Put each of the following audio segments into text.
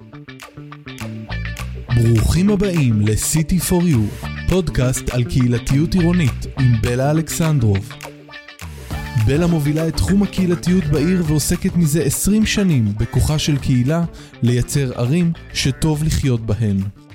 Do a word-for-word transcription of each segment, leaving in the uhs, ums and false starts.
ברוכים הבאים ל-City for You, פודקאסט על קהילתיות עירונית עם בלה אלכסנדרוב. בלה מובילה את תחום הקהילתיות בעיר ועוסקת מזה עשרים שנים בכוחה של קהילה לייצר ערים שטוב לחיות בהן.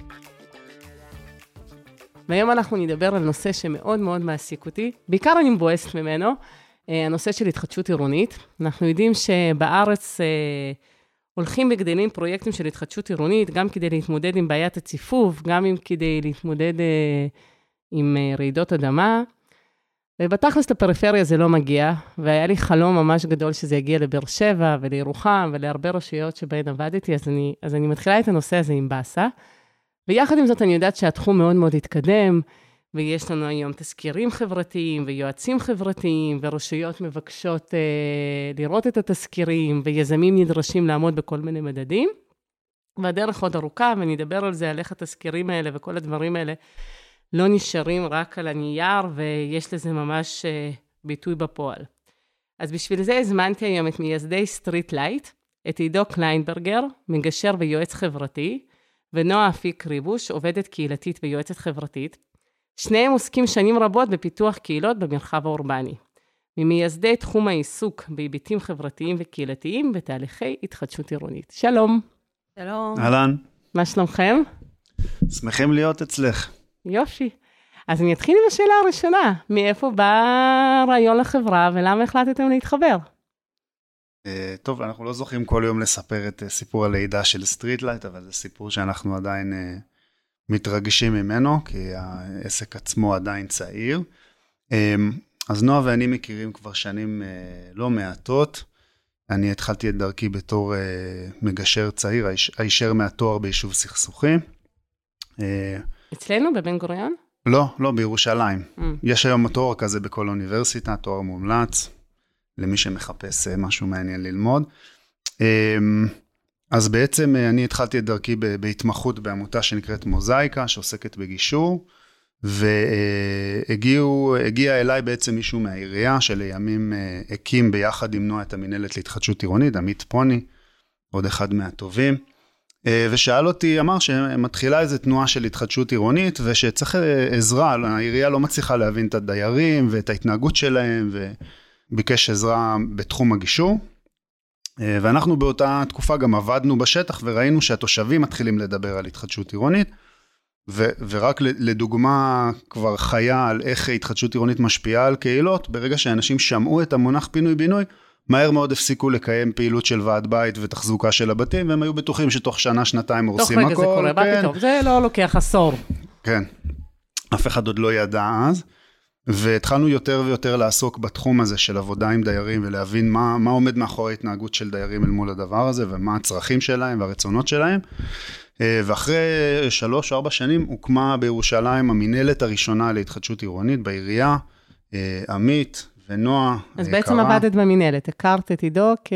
והיום אנחנו נדבר על נושא שמאוד מאוד מעסיק אותי, בעיקר אני מבואסת ממנו, הנושא של התחדשות עירונית. אנחנו יודעים שבארץ הולכים וגדלים פרויקטים של התחדשות עירונית, גם כדי להתמודד עם בעיית הציפוף, גם כדי להתמודד עם רעידות אדמה, ובתכלס לפריפריה זה לא מגיע, והיה לי חלום ממש גדול שזה יגיע לבאר שבע ולירוחם ולהרבה רשויות שבהן עבדתי, אז אני, אז אני מתחילה את הנושא הזה עם בסה, ויחד עם זאת אני יודעת שהתחום מאוד מאוד התקדם, ויש לנו היום תזכירים חברתיים ויועצים חברתיים, ורשויות מבקשות אה, לראות את התזכירים, ויזמים נדרשים לעמוד בכל מיני מדדים, והדרך עוד ארוכה, ונדבר על זה, על איך התזכירים האלה וכל הדברים האלה, לא נשארים רק על הנייר, ויש לזה ממש אה, ביטוי בפועל. אז בשביל זה הזמנתי היום את מייסדי סטריט לייט, את עידו קליינברגר, מגשר ויועץ חברתי, ונועה אפיק ריבוש, עובדת קהילתית ויועצת חברתית. שניהם עוסקים שנים רבות בפיתוח קהילות במרחב האורבני. ממייסדי תחום העיסוק בהיבטים חברתיים וקהילתיים בתהליכי התחדשות עירונית. שלום. שלום. אהלן. מה שלומכם? שמחים להיות אצלך. יופי. אז אני אתחיל עם השאלה הראשונה. מאיפה בא רעיון לחברה ולמה החלטתם להתחבר? טוב, אנחנו לא זוכים כל יום לספר את סיפור הלידה של סטריט לייט, אבל זה סיפור שאנחנו עדיין מתרגשים ממנו, כי העסק עצמו עדיין צעיר. אז נועה ואני מכירים כבר שנים לא מעטות. אני התחלתי את דרכי בתור מגשר צעיר, הישר מהתואר ביישוב סכסוכים. אצלנו בבן גוריון? לא, לא, בירושלים. Mm. יש היום תואר כזה בכל אוניברסיטה, תואר מומלץ, למי שמחפש משהו מעניין ללמוד. אז בעצם אני התחלתי את דרכי בהתמחות בעמותה שנקראת מוזאיקה, שעוסקת בגישור, והגיע אליי בעצם מישהו מהעירייה, שלימים הקים ביחד עם נועה את המנהלת להתחדשות עירונית, עמית פוני, עוד אחד מהטובים, ושאל אותי, אמר שמתחילה איזו תנועה של התחדשות עירונית, ושצריך עזרה, העירייה לא מצליחה להבין את הדיירים ואת ההתנהגות שלהם, וביקש עזרה בתחום הגישור, ואנחנו באותה תקופה גם עבדנו בשטח, וראינו שהתושבים מתחילים לדבר על התחדשות עירונית, ו- ורק לדוגמה כבר חיה על איך התחדשות עירונית משפיעה על קהילות, ברגע שאנשים שמעו את המונח פינוי-בינוי, מהר מאוד הפסיקו לקיים פעילות של ועד בית ותחזוקה של הבתים, והם היו בטוחים שתוך שנה, שנתיים הורסים הכל. תוך רגע זה קורה, מה פתאום? זה לא לוקח עשור. כן, אף אחד עוד לא ידע אז, והתחלנו יותר ויותר לעסוק בתחום הזה של עבודה עם דיירים, ולהבין מה, מה עומד מאחורי ההתנהגות של דיירים אל מול הדבר הזה, ומה הצרכים שלהם והרצונות שלהם. ואחרי שלוש או ארבע שנים הוקמה בירושלים המנהלת הראשונה להתחדשות עירונית בעירייה, עמית ונועה. אז בעצם עבדת במנהלת, הכרת את עידו כ...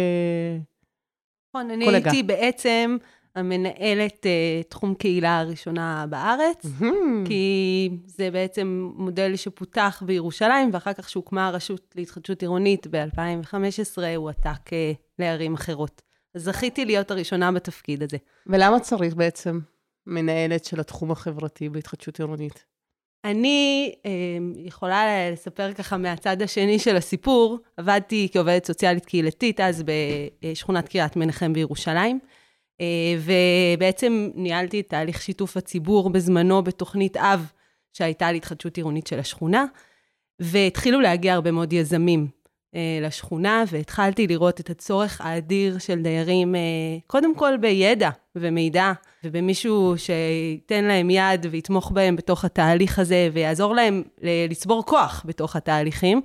נכון, אני הייתי בעצם המנהלת תחום קהילה הראשונה בארץ, כי זה בעצם מודל שפותח בירושלים, ואחר כך שהוקמה הרשות להתחדשות עירונית ב-אלפיים וחמש עשרה, הוא עתק לערים אחרות. אז זכיתי להיות הראשונה בתפקיד הזה. ולמה צריך בעצם מנהלת של התחום החברתי בהתחדשות עירונית? אני אה, יכולה לספר ככה מהצד השני של הסיפור, עבדתי כעובדת סוציאלית קהילתית, אז בשכונת קריית מנחם בירושלים, אה, ובעצם ניהלתי את תהליך שיתוף הציבור בזמנו בתוכנית אב, שהייתה להתחדשות עירונית של השכונה, והתחילו להגיע הרבה מאוד יזמים, לשכונה, והתחלתי לראות את הצורך האדיר של דיירים, קודם כל בידע ומידע, ובמישהו שייתן להם יד ויתמוך בהם בתוך התהליך הזה, ויעזור להם לצבור כוח בתוך התהליכים,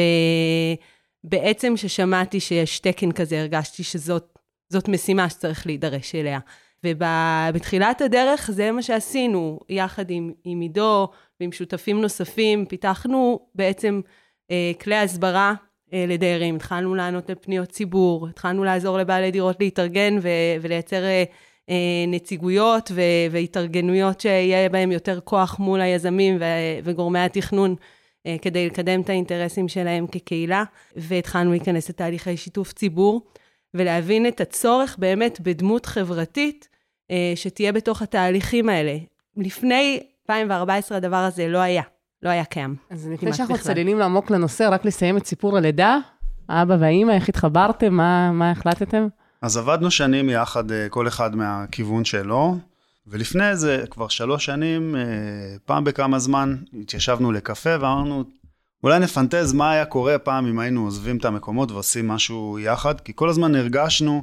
ובעצם ששמעתי שיש תקן כזה, הרגשתי שזאת זאת משימה שצריך להידרש אליה. ובתחילת הדרך זה מה שעשינו, יחד עם, עם עידו ועם שותפים נוספים, פיתחנו בעצם כלי הסברה, לדיירים, התחלנו לענות לפניות ציבור, התחלנו לעזור לבעלי דירות להתארגן ו- ולייצר אה, נציגויות ו- והתארגנויות שיהיה בהם יותר כוח מול היזמים ו- וגורמי התכנון אה, כדי לקדם את האינטרסים שלהם כקהילה, והתחלנו להיכנס לתהליכי שיתוף ציבור, ולהבין את הצורך באמת בדמות חברתית שתהיה בתוך התהליכים האלה. לפני אלפיים וארבע עשרה הדבר הזה לא היה, לא היה קיים. אז לפני שאנחנו צלילים לעמוק לנושא, רק לסיים את סיפור הלידה, האבא והאמא, איך התחברתם, מה, מה החלטתם? אז עבדנו שנים יחד, כל אחד מהכיוון שלו, ולפני זה כבר שלוש שנים, פעם בכמה זמן, התיישבנו לקפה ואמרנו, אולי נפנטז מה היה קורה פעם אם היינו עוזבים את המקומות ועושים משהו יחד, כי כל הזמן הרגשנו,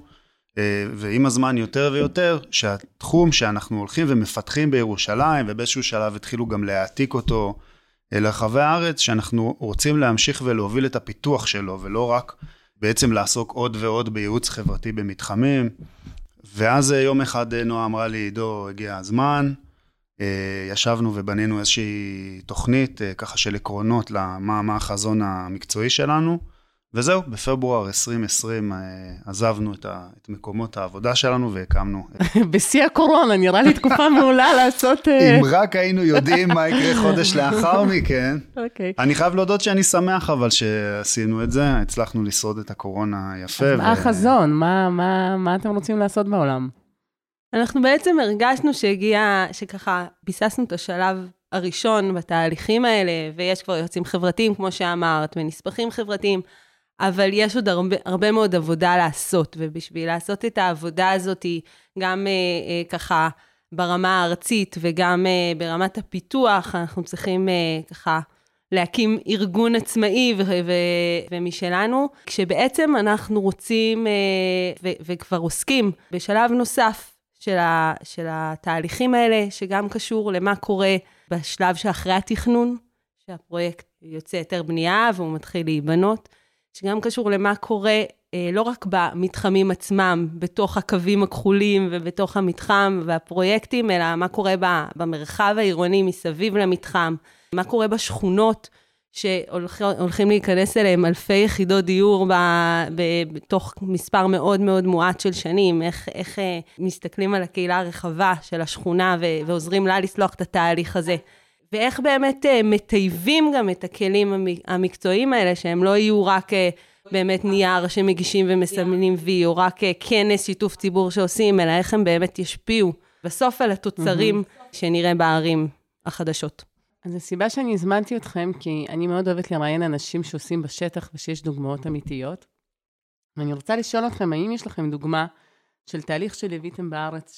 ועם הזמן יותר ויותר, שהתחום שאנחנו הולכים ומפתחים בירושלים, ובאיזשהו שלב התחילו גם להעתיק אותו לרחבי הארץ, שאנחנו רוצים להמשיך ולהוביל את הפיתוח שלו, ולא רק בעצם לעסוק עוד ועוד בייעוץ חברתי במתחמים. ואז יום אחד נועה אמרה לי, עידו, הגיע הזמן, ישבנו ובנינו איזושהי תוכנית, ככה של עקרונות למה מה החזון המקצועי שלנו, וזהו, בפברואר עשרים עשרים עזבנו את, ה, את מקומות העבודה שלנו והקמנו. בשיא הקורונה, נראה לי תקופה מעולה לעשות... אם רק היינו יודעים מה יקרה חודש לאחר מכן. אוקיי. אני חייב להודות שאני שמח, אבל שעשינו את זה, הצלחנו לשרוד את הקורונה יפה. אז מה החזון? מה, מה, מה אתם רוצים לעשות בעולם? אנחנו בעצם הרגשנו שהגיע, שככה ביססנו את השלב הראשון בתהליכים האלה, ויש כבר יועצים חברתיים, כמו שאמרת, ונספחים חברתיים, אבל יש עוד הרבה, הרבה מאוד עבודה לעשות, ובשביל לעשות את העבודה הזאת, גם אה, אה, ככה ברמה הארצית, וגם אה, ברמת הפיתוח, אנחנו צריכים אה, ככה להקים ארגון עצמאי ו- ו- ומשלנו, כשבעצם אנחנו רוצים, אה, ו- וכבר עוסקים בשלב נוסף, של, ה, של התהליכים האלה, שגם קשור למה קורה בשלב שאחרי התכנון, שהפרויקט יוצא יותר בנייה, והוא מתחיל להיבנות, שגם קשור למה קורה, אה, לא רק במתחמים עצמם, בתוך הקווים הכחולים, ובתוך המתחם והפרויקטים, אלא מה קורה במרחב העירוני מסביב למתחם, מה קורה בשכונות, שהולכים להיכנס אליהם אלפי יחידות דיור בתוך מספר מאוד מאוד מועט של שנים, איך, איך מסתכלים על הקהילה הרחבה של השכונה ועוזרים לה לסלוח את התהליך הזה. ואיך באמת מטייבים גם את הכלים המקצועיים האלה, שהם לא יהיו רק באמת נייר שמגישים ומסמנים וי, או רק כנס שיתוף ציבור שעושים, אלא איך הם באמת ישפיעו בסוף על התוצרים שנראה בערים החדשות. אז הסיבה שאני הזמנתי אתכם, כי אני מאוד אוהבת לראיין אנשים שעושים בשטח ושיש דוגמאות אמיתיות. ואני רוצה לשאול אתכם, האם יש לכם דוגמה של תהליך שליוויתם בארץ,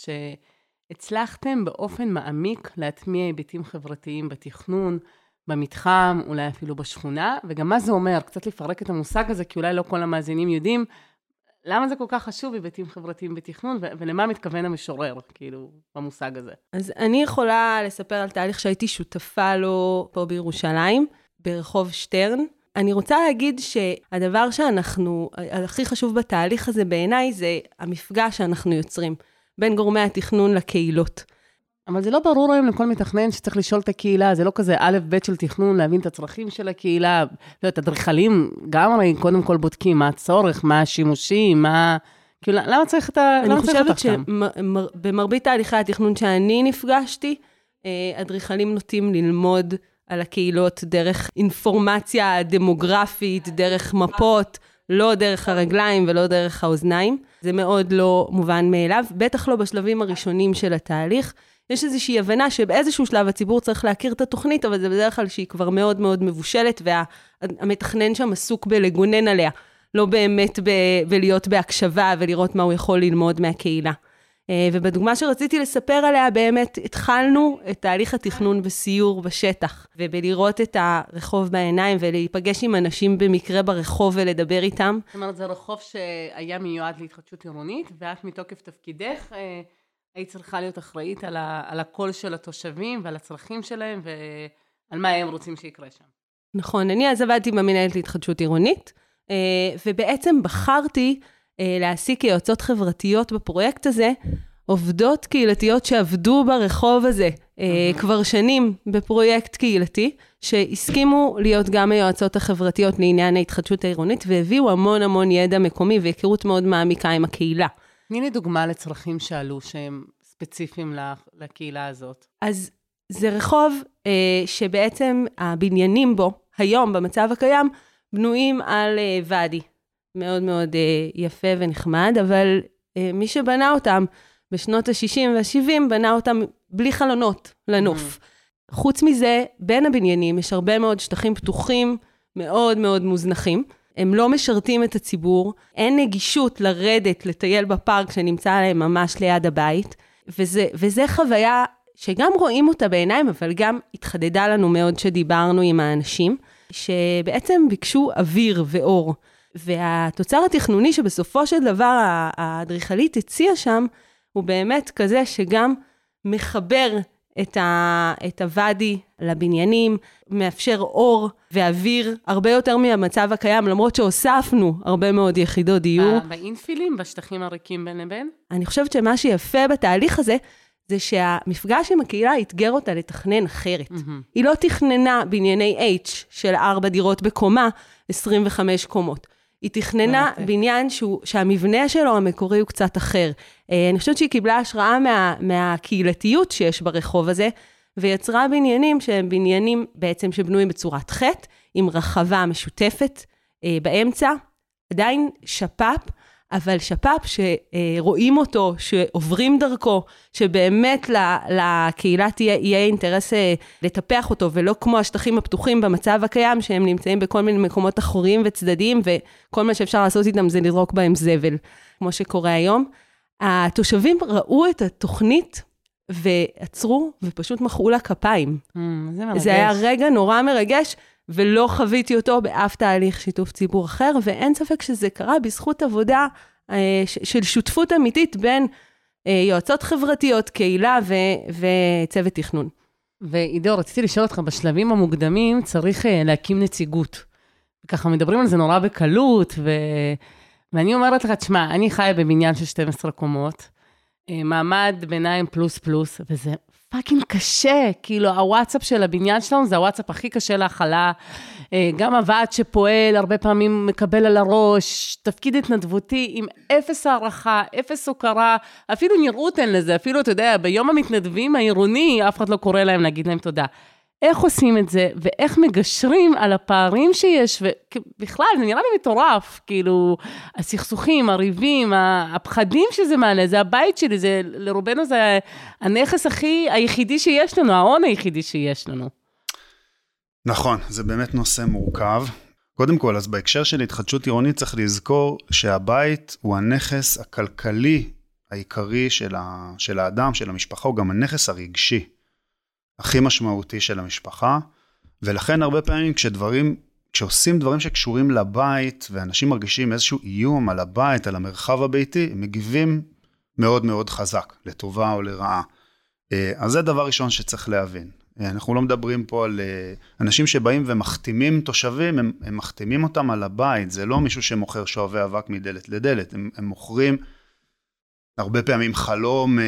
שהצלחתם באופן מעמיק להטמיע היבטים חברתיים בתכנון, במתחם, אולי אפילו בשכונה, וגם מה זה אומר? קצת לפרק את המושג הזה, כי אולי לא כל המאזינים יודעים, למה זה כל כך חשוב היבטים חברתיים בתכנון, ו- ולמה מתכוון המשורר, כאילו, במושג הזה? אז אני יכולה לספר על תהליך שהייתי שותפה לו פה בירושלים, ברחוב שטרן. אני רוצה להגיד שהדבר שאנחנו, הכי חשוב בתהליך הזה בעיניי, זה המפגש שאנחנו יוצרים, בין גורמי התכנון לקהילות. אבל זה לא ברור היום לכל מתכנן שצריך לשאול את הקהילה, זה לא כזה א' ב' של תכנון, להבין את הצרכים של הקהילה, לא, את הדריכלים, גם הרי קודם כל בודקים מה הצורך, מה השימושים, מה... כאילו, למה צריך את ה... אני חושבת שבמרבית תהליכי התכנון שאני נפגשתי, הדריכלים נוטים ללמוד על הקהילות דרך אינפורמציה דמוגרפית, דרך מפות, לא דרך הרגליים ולא דרך האוזניים. זה מאוד לא מובן מאליו, בטח לא בשלבים הראשונים של התהליך. יש איזושהי הבנה שבאיזשהו שלב הציבור צריך להכיר את התוכנית, אבל זה בדרך כלל שהיא כבר מאוד מאוד מבושלת, והמתכנן שם עסוק בלגונן עליה, לא באמת ב- בלהיות בהקשבה ולראות מה הוא יכול ללמוד מהקהילה. ובדוגמה שרציתי לספר עליה, באמת התחלנו את תהליך התכנון בסיור בשטח, ובלראות את הרחוב בעיניים, ולהיפגש עם אנשים במקרה ברחוב ולדבר איתם. זאת אומרת, זה רחוב שהיה מיועד להתחדשות עירונית, ואת מתוקף תפקידך, היית צריכה להיות אחראית על, ה- על הקול של התושבים, ועל הצרכים שלהם, ועל מה הם רוצים שיקרה שם. נכון, אני אז עבדתי במנהלת להתחדשות עירונית, ובעצם בחרתי להעסיק כיועצות חברתיות בפרויקט הזה, עובדות קהילתיות שעבדו ברחוב הזה כבר שנים בפרויקט קהילתי, שהסכימו להיות גם היועצות החברתיות לעניין ההתחדשות העירונית, והביאו המון המון ידע מקומי והיכרות מאוד מעמיקה עם הקהילה. תני לי דוגמה לצרכים שעלו שהם ספציפיים לקהילה הזאת. אז זה רחוב שבעצם הבניינים בו, היום במצב הקיים, בנויים על ואדי. מאוד מאוד יפה ונחמד, אבל מי שבנה אותם בשנות ה-שישים וה-שבעים, בנה אותם בלי חלונות לנוף. Mm. חוץ מזה, בין הבניינים יש הרבה מאוד שטחים פתוחים, מאוד מאוד מוזנחים. הם לא משרתים את הציבור, אין נגישות לרדת, לטייל בפארק שנמצא עליהם ממש ליד הבית, וזה, וזה חוויה שגם רואים אותה בעיניים, אבל גם התחדדה לנו מאוד שדיברנו עם האנשים, שבעצם ביקשו אוויר ואור. והתוצר התכנוני שבסופו של דבר האדריכלית הציעה שם, הוא באמת כזה שגם מחבר את, ה, את הוואדי לבניינים, מאפשר אור ואוויר הרבה יותר מהמצב הקיים, למרות שהוספנו הרבה מאוד יחידות דיור. באינפילים, בשטחים הריקים בין לבין? אני חושבת שמה שיפה בתהליך הזה, זה שהמפגש עם הקהילה התגר אותה לתכנן אחרת. Mm-hmm. היא לא תכננה בענייני H של ארבע דירות בקומה, עשרים וחמש קומות. היא תכננה בניין שהוא, שהמבנה שלו המקורי הוא קצת אחר. אני חושבת שהיא קיבלה השראה מה, מהקהילתיות שיש ברחוב הזה, ויצרה בניינים שהם בניינים בעצם שבנויים בצורת חטא, עם רחבה משותפת באמצע, עדיין שפ"פ, אבל שפ"פ שרואים אותו, שעוברים דרכו, שבאמת לקהילה יהיה אינטרס לטפח אותו, ולא כמו השטחים הפתוחים במצב הקיים, שהם נמצאים בכל מיני מקומות אחוריים וצדדיים, וכל מה שאפשר לעשות איתם זה לזרוק בהם זבל, כמו שקורה היום. התושבים ראו את התוכנית, ועצרו ופשוט מחאו לה כפיים. Mm, זה מרגש. זה היה רגע נורא מרגש, ולא חוויתי אותו באף תהליך שיתוף ציבור אחר, ואין ספק שזה קרה בזכות עבודה אה, של שותפות אמיתית בין אה, יועצות חברתיות, קהילה ו- וצוות תכנון. ועידו, רציתי לשאול אותך, בשלבים המוקדמים צריך אה, להקים נציגות. וככה מדברים על זה נורא בקלות, ו... ואני אומרת לך, תשמע, אני חיה בבניין של שתים עשרה קומות, אה, מעמד ביניים פלוס פלוס, וזה פאקינג קשה, כאילו הוואטסאפ של הבניין שלנו, זה הוואטסאפ הכי קשה להחלה, גם הוועד שפועל, הרבה פעמים מקבל על הראש, תפקיד התנדבותי עם אפס הערכה, אפס הוקרה, אפילו נראות אין לזה, אפילו אתה יודע, ביום המתנדבים העירוני, אף אחד לא קורא להם להגיד להם תודה. איך עושים את זה, ואיך מגשרים על הפערים שיש, ובכלל, זה נראה לי מטורף, כאילו, הסכסוכים, הריבים, הפחדים שזה מעלה, זה הבית שלי, זה, לרובנו זה הנכס הכי, היחידי שיש לנו, ההון היחידי שיש לנו. נכון, זה באמת נושא מורכב. קודם כל, אז בהקשר של התחדשות עירונית, צריך לזכור שהבית הוא הנכס הכלכלי העיקרי של, ה, של האדם, של המשפחה, הוא גם הנכס הרגשי. הכי משמעותי של המשפחה, ולכן הרבה פעמים כשדברים, כשעושים דברים שקשורים לבית, ואנשים מרגישים איזשהו איום על הבית, על המרחב הביתי, הם מגיבים מאוד מאוד חזק, לטובה או לרעה. אז זה דבר ראשון שצריך להבין. אנחנו לא מדברים פה על אנשים שבאים ומחתימים תושבים, הם, הם מחתימים אותם על הבית, זה לא מישהו שמוכר שואבי אבק מדלת לדלת, הם, הם מוכרים הרבה פעמים חלום,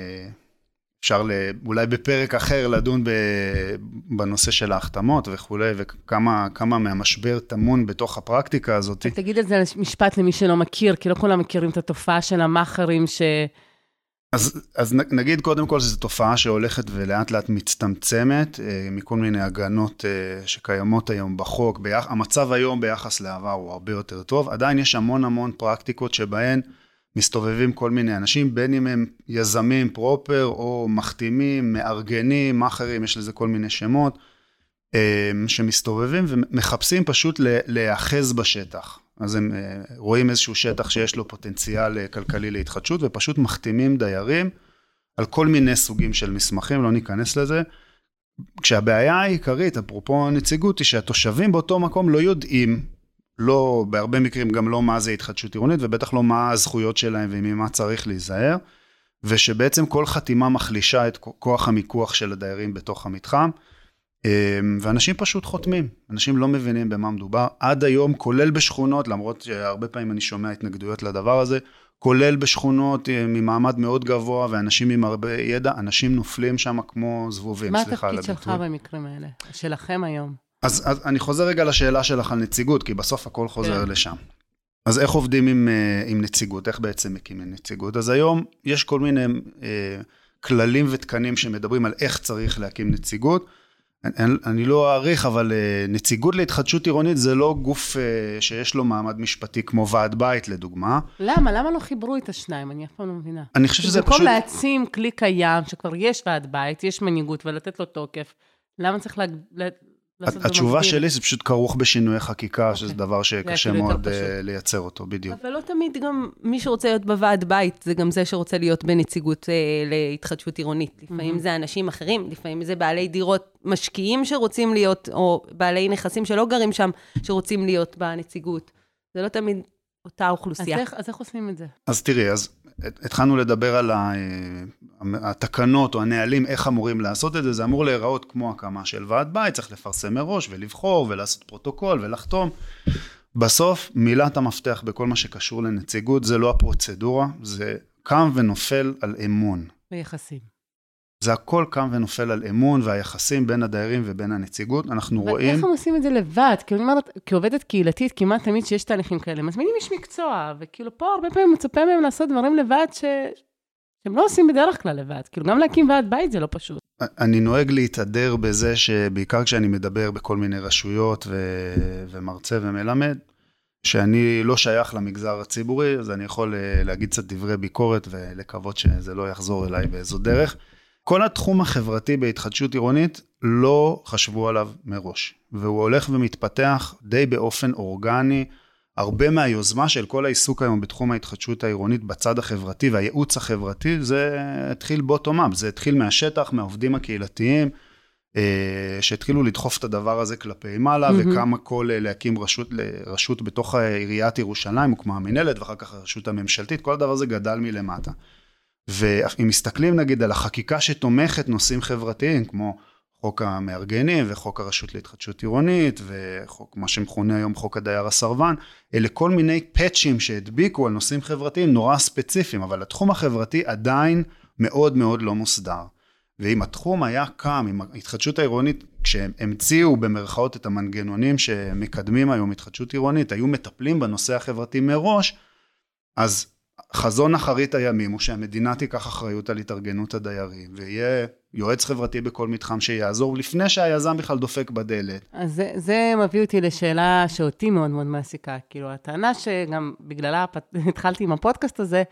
אפשר אולי בפרק אחר לדון בנושא של ההחתמות וכו', וכמה כמה מהמשבר תמון בתוך הפרקטיקה הזאת. תגיד את זה משפט למי שלא מכיר, כי לא כולם מכירים את התופעה של המאחרים ש... אז, אז נגיד קודם כל שזו תופעה שהולכת ולאט לאט מצטמצמת, מכל מיני הגנות שקיימות היום בחוק. ביח... המצב היום ביחס לעבר הוא הרבה יותר טוב, עדיין יש המון המון פרקטיקות שבהן מסתובבים כל מיני אנשים, בין אם הם יזמים פרופר, או מחתימים, מארגנים, מאחרים, יש לזה כל מיני שמות, שמסתובבים ומחפשים פשוט להאחז בשטח. אז הם רואים איזשהו שטח שיש לו פוטנציאל כלכלי להתחדשות, ופשוט מחתימים דיירים על כל מיני סוגים של מסמכים, לא ניכנס לזה. כשהבעיה העיקרית, אפרופו נציגות, היא שהתושבים באותו מקום לא יודעים, לא, בהרבה מקרים גם לא מה זה התחדשות עירונית, ובטח לא מה הזכויות שלהם וממה צריך להיזהר, ושבעצם כל חתימה מחלישה את כוח המיקוח של הדיירים בתוך המתחם, ואנשים פשוט חותמים, אנשים לא מבינים במה מדובר, עד היום כולל בשכונות, למרות שהרבה פעמים אני שומע התנגדויות לדבר הזה, כולל בשכונות ממעמד מאוד גבוה, ואנשים עם הרבה ידע, אנשים נופלים שם כמו זבובים. מה התפקיד שלך במקרים האלה? שלכם היום? אז, אז אני חוזר רגע לשאלה שלך על נציגות, כי בסוף הכל חוזר לשם. אז איך עובדים עם, עם נציגות? איך בעצם מקימים נציגות? אז היום יש כל מיני אה, כללים ותקנים שמדברים על איך צריך להקים נציגות. אני, אני לא אעריך, אבל נציגות להתחדשות עירונית זה לא גוף שיש לו מעמד משפטי כמו ועד בית, לדוגמה. למה? למה לא חיברו את השניים? אני אף פעם לא מבינה. אני חושב שזה פשוט... במקום להעצים כלי קיים, שכבר יש ועד בית, יש מנהיגות, ולתת לו תוקף, למה צריך לה... התשובה שלי זה פשוט כרוך בשינוי חקיקה, שזה דבר שקשה מאוד לייצר אותו, בדיוק. אבל לא תמיד גם מי שרוצה להיות בוועד בית, זה גם זה שרוצה להיות בנציגות להתחדשות עירונית. לפעמים זה אנשים אחרים, לפעמים זה בעלי דירות משקיעים שרוצים להיות, או בעלי נכסים שלא גרים שם, שרוצים להיות בנציגות. זה לא תמיד אותה אוכלוסייה. אז איך עושים את זה? אז תראי, אז התחלנו לדבר על התקנות או הנהלים, איך אמורים לעשות את זה, זה אמור להיראות כמו הקמה של ועד בית, צריך לפרסם מראש ולבחור ולעשות פרוטוקול ולחתום. בסוף, מילת המפתח בכל מה שקשור לנציגות, זה לא הפרוצדורה, זה קם ונופל על אמון. ויחסים. זה הכל קם ונופל על אמון והיחסים בין הדיירים ובין הנציגות. אנחנו רואים... אבל איך הם עושים את זה לבד? כי אני אומרת, כעובדת קהילתית, כמעט תמיד שיש תהליכים כאלה, מזמינים איש מקצוע, וכאילו פה הרבה פעמים מצפה מהם לעשות דברים לבד ש... שהם לא עושים בדרך כלל לבד. כאילו גם להקים ועד בית זה לא פשוט. אני נוהג להתהדר בזה שבעיקר כשאני מדבר בכל מיני רשויות ו... ומרצה ומלמד, שאני לא שייך למגזר הציבורי, אז אני יכול להגיד קצת דברי ביקורת ולקוות שזה לא יחזור אליי באיזו דרך. כל התחום החברתי בהתחדשות עירונית לא חשבו עליו מראש, והוא הולך ומתפתח די באופן אורגני. הרבה מהיוזמה של כל העיסוק היום בתחום ההתחדשות העירונית בצד החברתי והייעוץ החברתי, זה התחיל בוטום-אפ, זה התחיל מהשטח, מהעובדים הקהילתיים, שהתחילו לדחוף את הדבר הזה כלפי מעלה, mm-hmm. וכמה כל להקים רשות, רשות בתוך עיריית ירושלים, וכמו המנהלת, ואחר כך הרשות הממשלתית, כל הדבר הזה גדל מלמטה. ואם מסתכלים נגיד על החקיקה שתומכת נושאים חברתיים, כמו חוק המארגנים וחוק הרשות להתחדשות עירונית, וחוק מה שמכונה היום חוק הדייר הסרבן, אלה כל מיני פאצ'ים שהדביקו על נושאים חברתיים נורא ספציפיים, אבל התחום החברתי עדיין מאוד מאוד לא מוסדר. ואם התחום היה קם, עם ההתחדשות העירונית, כשהם המציאו במרכאות את המנגנונים שמקדמים היום התחדשות עירונית, היו מטפלים בנושא החברתי מראש, אז חזון אחרית הימים הוא שהמדינה תיקח אחריות על התארגנות הדיירים, ויהיה יועץ חברתי בכל מתחם שיעזור, לפני שהיזם בכלל דופק בדלת. אז זה, זה מביא אותי לשאלה שאותי מאוד מאוד מעסיקה. כאילו, הטענה שגם בגללה התחלתי עם הפודקאסט הזה,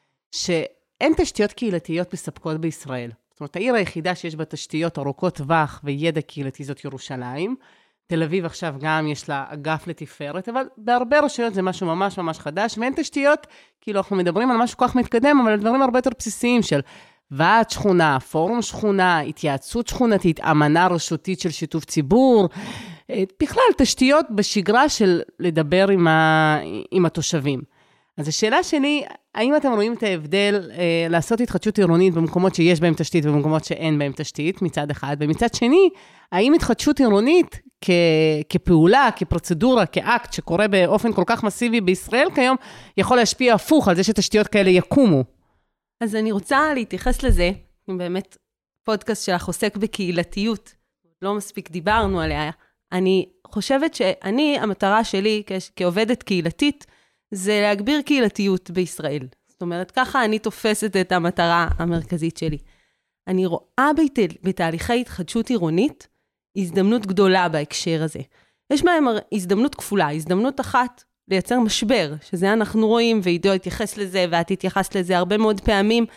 שאין תשתיות קהילתיות מספקות בישראל. זאת אומרת, העיר היחידה שיש בה תשתיות ארוכות טווח וידע קהילתי זאת ירושלים. תל אביב עכשיו גם יש לה אגף לתפארת, אבל בהרבה רשויות זה משהו ממש ממש חדש, ואין תשתיות, כאילו אנחנו מדברים על משהו כל כך מתקדם, אבל דברים הרבה יותר בסיסיים של ועד שכונה, פורום שכונה, התייעצות שכונתית, אמנה רשותית של שיתוף ציבור, בכלל תשתיות בשגרה של לדבר עם, ה... עם התושבים. אז השאלה שלי, האם אתם רואים את ההבדל אה, לעשות התחדשות עירונית במקומות שיש בהם תשתית ובמקומות שאין בהם תשתית מצד אחד, ומצד שני, האם התחדשות עירונית כ, כפעולה, כפרוצדורה, כאקט שקורה באופן כל כך מסיבי בישראל כיום, יכול להשפיע הפוך על זה שתשתיות כאלה יקומו? אז אני רוצה להתייחס לזה, באמת פודקאסט שלך עוסק בקהילתיות, לא מספיק דיברנו עליה, אני חושבת שאני, המטרה שלי כ- כעובדת קהילתית, זה להגביר קהילתיות בישראל. זאת אומרת, ככה אני תופסת את המטרה המרכזית שלי. אני רואה בת... בתהליכי התחדשות עירונית הזדמנות גדולה בהקשר הזה. יש מהם הזדמנות כפולה, הזדמנות אחת לייצר משבר, שזה אנחנו רואים, ועידו התייחס לזה, ואת התייחסת לזה הרבה מאוד פעמים.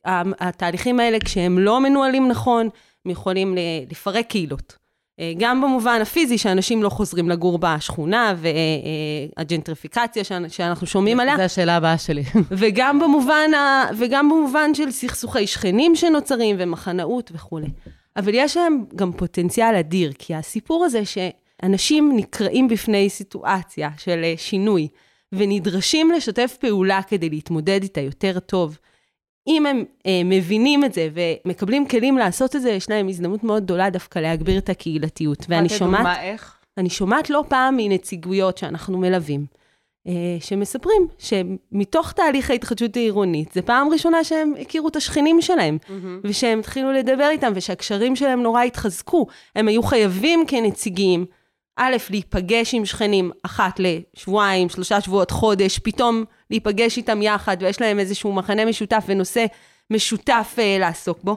התהליכים האלה, כשהם לא מנוהלים נכון, הם יכולים לפרק קהילות. גם במובן הפיזי, שאנשים לא חוזרים לגור בשכונה, והג'נטריפיקציה שאנחנו שומעים עליה. זו השאלה הבאה שלי. וגם במובן, וגם במובן של סכסוכי שכנים שנוצרים, ומחנאות וכו'. אבל יש להם גם פוטנציאל אדיר, כי הסיפור הזה שאנשים נקראים בפני סיטואציה של שינוי, ונדרשים לשתף פעולה כדי להתמודד איתה יותר טוב, אם הם אה, מבינים את זה ומקבלים כלים לעשות את זה, יש להם הזדמנות מאוד גדולה דווקא להגביר את הקהילתיות. ואני שומעת, דוגמה, איך? אני שומעת לא פעם מנציגויות שאנחנו מלווים, אה, שמספרים שמתוך תהליך ההתחדשות העירונית, זה פעם ראשונה שהם הכירו את השכנים שלהם, mm-hmm. ושהם התחילו לדבר איתם, ושהקשרים שלהם נורא התחזקו. הם היו חייבים כנציגים, א', להיפגש עם שכנים אחת לשבועיים, שלושה שבועות, חודש, פתאום להיפגש איתם יחד, ויש להם איזשהו מחנה משותף ונושא משותף אה, לעסוק בו.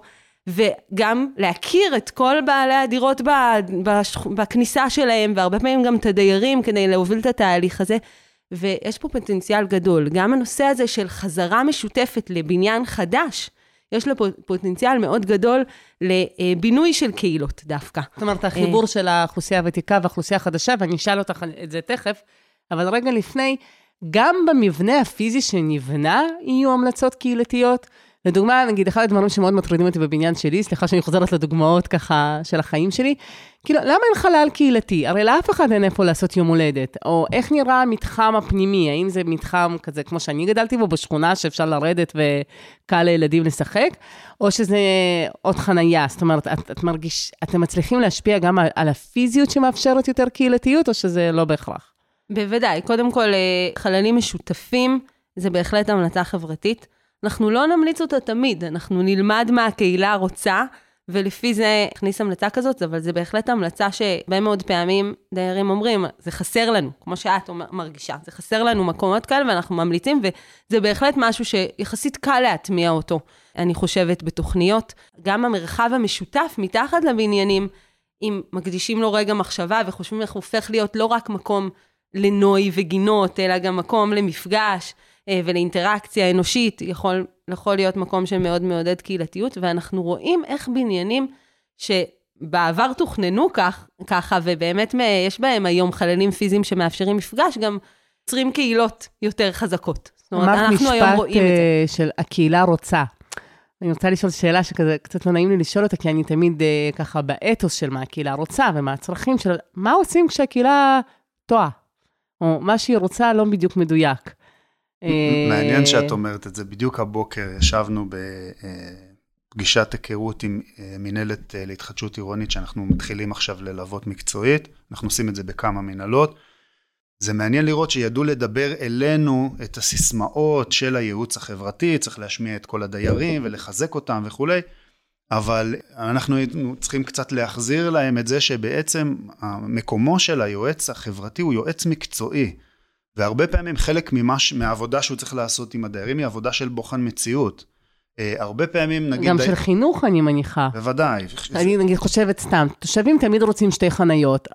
וגם להכיר את כל בעלי הדירות בכניסה שלהם, והרבה פעמים גם את הדיירים כדי להוביל את התהליך הזה, ויש פה פוטנציאל גדול. גם הנושא הזה של חזרה משותפת לבניין חדש, יש לו פוטנציאל מאוד גדול לבינוי של קהילות דווקא. זאת אומרת, החיבור של האוכלוסייה הוותיקה והאוכלוסייה החדשה, ואני אשאל אותך את זה תכף, אבל רגע לפני, גם במבנה הפיזי שנבנה, יהיו המלצות קהילתיות. לדוגמה, נגיד, אחד הדברים שמאוד מטרידים אותי בבניין שלי, סליחה שאני חוזרת לדוגמאות ככה של החיים שלי, כאילו, למה אין חלל קהילתי? הרי לאף אחד אין איפה לעשות יום הולדת, או איך נראה המתחם הפנימי, האם זה מתחם כזה, כמו שאני גדלתי בו, בשכונה שאפשר לרדת וקל לילדים לשחק, או שזה עוד חנייה, זאת אומרת, את, את מרגיש, אתם מצליחים להשפיע גם על, על הפיזיות שמאפשרת יותר קהילתיות, או שזה לא בהכרח? בוודאי, קודם כל, חללים משותפים, זה בהחלט המלצה חברתית, אנחנו לא נמליץ אותה תמיד, אנחנו נלמד מה הקהילה רוצה, ולפי זה נכניס המלצה כזאת, אבל זה בהחלט המלצה שבהם מאוד פעמים דיירים אומרים, זה חסר לנו, כמו שאת מרגישה, זה חסר לנו מקומות כאלה, ואנחנו ממליצים, וזה בהחלט משהו שיחסית קל להטמיע אותו, אני חושבת בתוכניות, גם המרחב המשותף מתחת לבניינים, אם מקדישים לו רגע מחשבה, וחושבים איך הוא הופך להיות לא רק מקום לנוי וגינות, אלא גם מקום למפגש, ולאינטראקציה אנושית, יכול, יכול להיות מקום שמאוד מעודד קהילתיות, ואנחנו רואים איך בניינים שבעבר תוכננו כך, ככה, ובאמת יש בהם היום חללים פיזיים שמאפשרים מפגש, גם יוצרים קהילות יותר חזקות. זאת אומרת, אנחנו היום רואים את זה. של הקהילה רוצה. אני רוצה לשאול שאלה שכזה, קצת לא נעים לי לשאול אותה, כי אני תמיד ככה באתוס של מה הקהילה רוצה, ומה הצרכים של מה עושים כשהקהילה טועה, או מה שהיא רוצה לא בדיוק מדויק. מעניין שאת אומרת את זה, בדיוק הבוקר ישבנו בפגישת היכרות עם מנהלת להתחדשות עירונית, שאנחנו מתחילים עכשיו ללוות מקצועית, אנחנו עושים את זה בכמה מנהלות, זה מעניין לראות שידעו לדבר אלינו את הסיסמאות של הייעוץ החברתי, צריך להשמיע את כל הדיירים ולחזק אותם וכו', אבל אנחנו צריכים קצת להחזיר להם את זה שבעצם המקומו של היועץ החברתי הוא יועץ מקצועי, והרבה פעמים חלק ממש, מהעבודה שהוא צריך לעשות עם הדיירים, היא עבודה של בוחן מציאות. הרבה פעמים נגיד... גם די... של חינוך אני מניחה. בוודאי. אני נגיד חושבת סתם, תושבים תמיד רוצים שתי חניות,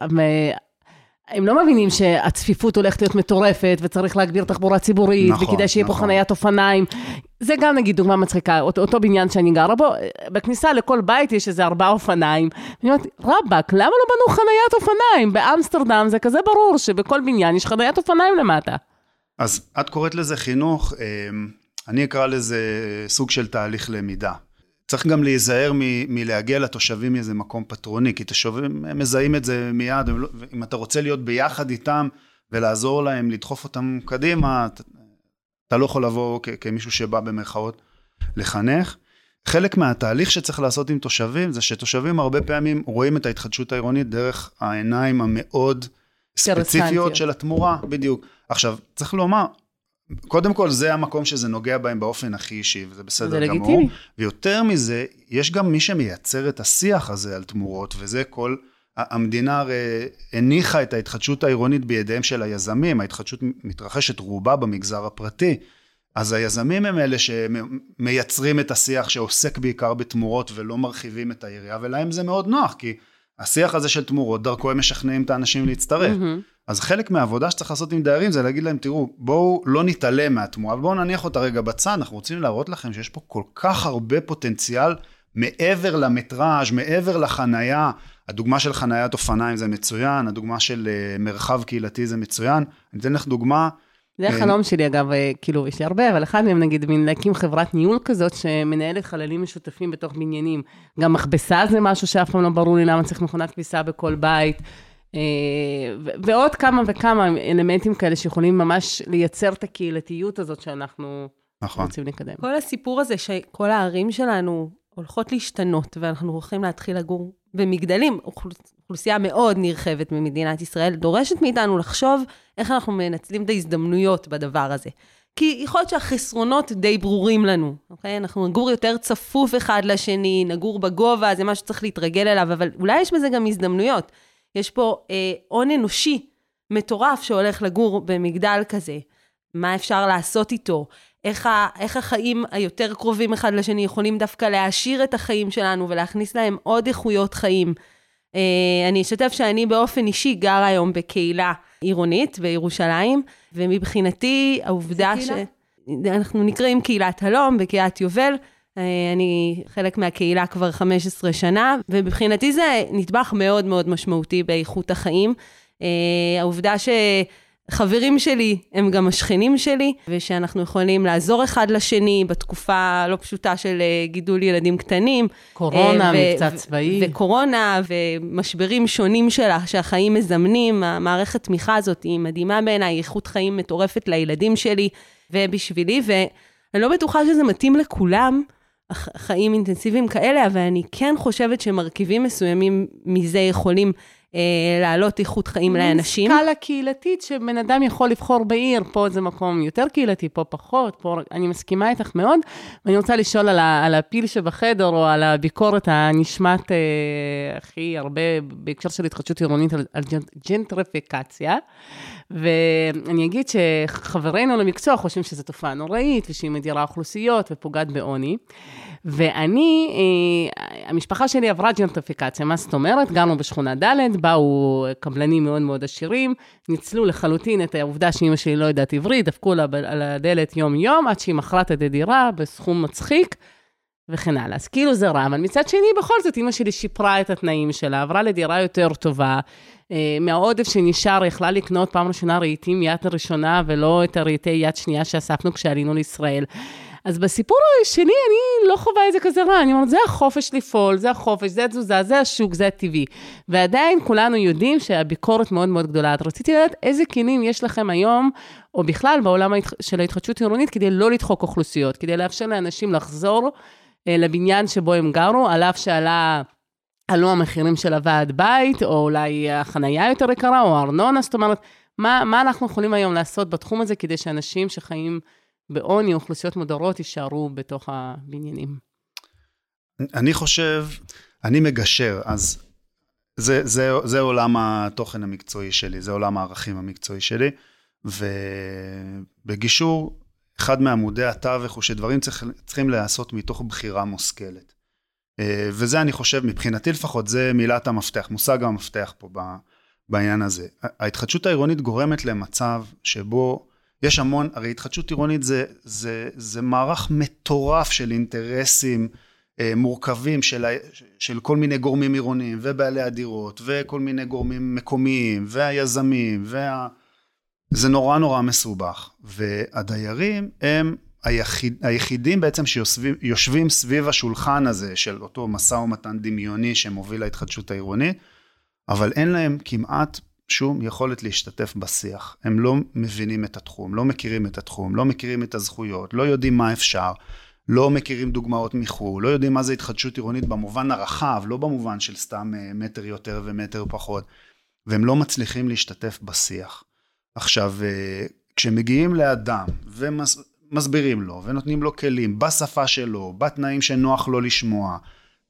הם לא מבינים שהצפיפות הולכת להיות מטורפת, וצריך להגביר תחבורה ציבורית, נכון, וכדאי שיהיה נכון. פה חניית אופניים. זה גם נגיד דוגמה מצחיקה, אותו, אותו בניין שאני גרה בו, בכניסה לכל בית יש איזה ארבעה אופניים. אני אומרת, רבק, למה לא בנו חניית אופניים? באמסטרדם זה כזה ברור שבכל בניין יש חניית אופניים למטה. אז את קוראת לזה חינוך, אני אקרא לזה סוג של תהליך למידה. צריך גם להיזהר מ- מלהגיע לתושבים מאיזה מקום פטרוני, כי תושבים הם מזהים את זה מיד, אם אתה רוצה להיות ביחד איתם ולעזור להם, לדחוף אותם קדימה, אתה, אתה לא יכול לבוא כ- כמישהו שבא במרכאות לחנך. חלק מהתהליך שצריך לעשות עם תושבים, זה שתושבים הרבה פעמים רואים את ההתחדשות העירונית דרך העיניים המאוד ספציפיות של התמורה, בדיוק. עכשיו, צריך לומר, קודם כל, זה המקום שזה נוגע בהם באופן הכי אישי, וזה בסדר זה גמור. לגיטימי. ויותר מזה, יש גם מי שמייצר את השיח הזה על תמורות, וזה כל, המדינה הרי הניחה את ההתחדשות העירונית בידיהם של היזמים, ההתחדשות מתרחשת רובה במגזר הפרטי, אז היזמים הם אלה שמייצרים את השיח שעוסק בעיקר בתמורות, ולא מרחיבים את העירייה, ולהם זה מאוד נוח, כי השיח הזה של תמורות, דרכו הם משכנעים את האנשים להצטרף. Mm-hmm. אז חלק מהעבודה שצריך לעשות עם דיירים, זה להגיד להם, תראו, בואו לא נתעלם מהתמורה, בואו נניח אותה רגע בצד, אנחנו רוצים להראות לכם שיש פה כל כך הרבה פוטנציאל, מעבר למטראז', מעבר לחנייה, הדוגמה של חניית אופניים זה מצוין, הדוגמה של מרחב קהילתי זה מצוין, אני אתן לך דוגמה. זה החלום שלי אגב, כאילו יש לי הרבה, אבל אחד מהם נגיד, מן להקים חברת ניהול כזאת, שמנהלת חללים משותפים בתוך בניינים, גם מכבסה זה משהו שאף פעם לא ברור לי למה צריך מכונת כביסה בכל בית, ועוד כמה וכמה אלמנטים כאלה שיכולים ממש לייצר את הקהילתיות הזאת שאנחנו נכון. רוצים לקדם. כל הסיפור הזה שכל הערים שלנו הולכות להשתנות, ואנחנו הולכים להתחיל לגור במגדלים, אוכלוסייה מאוד נרחבת ממדינת ישראל, דורשת מאיתנו לחשוב איך אנחנו מנצלים את ההזדמנויות בדבר הזה. כי יכול להיות שהחסרונות די ברורים לנו, אוקיי? אנחנו נגור יותר צפוף אחד לשני, נגור בגובה, זה משהו שצריך להתרגל אליו, אבל אולי יש בזה גם הזדמנויות. יש פה הון אה, אנושי מטורף שהולך לגור במגדל כזה. מה אפשר לעשות איתו? איך, ה, איך החיים היותר קרובים אחד לשני יכולים דווקא להעשיר את החיים שלנו ולהכניס להם עוד איכויות חיים. אני אשתף שאני באופן אישי גר היום בקהילה עירונית בירושלים, ומבחינתי העובדה ש... אנחנו נקראים קהילת הלום בקהילת יובל, אני חלק מהקהילה כבר חמש עשרה שנה, ובבחינתי זה נדבך מאוד מאוד משמעותי באיכות החיים. העובדה שחברים שלי הם גם השכנים שלי, ושאנחנו יכולים לעזור אחד לשני בתקופה לא פשוטה של גידול ילדים קטנים. קורונה, מבצע צבאי. וקורונה, ומשברים שונים שלה, שהחיים מזמנים. המערכת תמיכה הזאת היא מדהימה בעיניי, איכות חיים מטורפת לילדים שלי ובשבילי, ואני לא בטוחה שזה מתאים לכולם, חיים אינטנסיביים כאלה, אבל אני כן חושבת שמרכיבים מסוימים מזה יכולים אה, לעלות איכות חיים לאנשים. סקאלה קהילתית שבן אדם יכול לבחור בעיר, פה זה מקום יותר קהילתי, פה פחות, פה אני מסכימה איתך מאוד, ואני רוצה לשאול על, ה, על הפיל שבחדר, או על הביקורת הנשמעת אה, הכי הרבה בהקשר של התחדשות עירונית, על, על ג'נטריפיקציה, ואני אגיד שחברינו למקצוע חושבים שזו תופעה נוראית, ושהיא מדירה אוכלוסיות ופוגעת בעוני, ואני, המשפחה שלי עברה ג'נטריפיקציה, מה זאת אומרת? גרנו בשכונה ד', באו קבלנים מאוד מאוד עשירים, ניצלו לחלוטין את העובדה שאמא שלי לא יודעת עברית, דפקו לה על הדלת יום יום, עד שהיא מכרת את הדירה בסכום מצחיק, וכן הלאה. אז כאילו זה רע, אבל מצד שני, בכל זאת, אמא שלי שיפרה את התנאים שלה, עברה לדירה יותר טובה, מהעודף שנשאר, יכלה לקנות פעם ראשונה רהיטים יד הראשונה, ולא את הרהיטי יד שנייה שאספנו כשעלינו לישראל. אז בסיפור שלי, אני לא חווה את זה כזה רע, אני אומרת, זה החופש לפעול, זה החופש, זה התזוזה, זה השוק, זה הטבעי. ועדיין כולנו יודעים שהביקורת מאוד מאוד גדולה. אז רציתי לדעת איזה כלים יש לכם היום, או בכלל בעולם של ההתחדשות עירונית, כדי לא לדחוק אוכלוסיות, כדי לאפשר לאנשים לחזור לבניין שבו הם גרו, על אף שעלה, עלו המחירים של הוועד בית, או אולי החנייה יותר יקרה, או ארנונה, זאת אומרת, מה, מה אנחנו יכולים היום לעשות בתחום הזה, כדי שאנשים שחיים בעוני, אוכלוסיות מודרות, יישארו בתוך הבניינים? אני חושב, אני מגשר, אז זה, זה, זה עולם התוכן המקצועי שלי, זה עולם הערכים המקצועי שלי, ובגישור, אחד מעמודי התווך הוא שדברים צריך, צריכים לעשות מתוך בחירה מושכלת. וזה אני חושב, מבחינתי לפחות, זה מילת המפתח, מושג המפתח פה בעניין הזה. ההתחדשות העירונית גורמת למצב שבו יש המון, הרי התחדשות עירונית זה, זה, זה מערך מטורף של אינטרסים מורכבים של, של כל מיני גורמים עירוניים ובעלי הדירות וכל מיני גורמים מקומיים והיזמים וה... זה נורא נורא מסובך, והדיירים הם היחיד, היחידים בעצם שיושבים סביב השולחן הזה של אותו מסע ומתן דמיוני שמוביל להתחדשות העירונית, אבל אין להם כמעט שום יכולת להשתתף בשיח. הם לא מבינים את התחום, לא מכירים את התחום, לא מכירים את הזכויות, לא יודעים מה אפשר, לא מכירים דוגמאות מחו"ל, לא יודעים מה זה התחדשות עירונית במובן הרחב, לא במובן של סתם מטר יותר ומטר פחות, והם לא מצליחים להשתתף בשיח. עכשיו, כשמגיעים לאדם ומסבירים לו ונותנים לו כלים בשפה שלו, בתנאים שנוח לו לשמוע,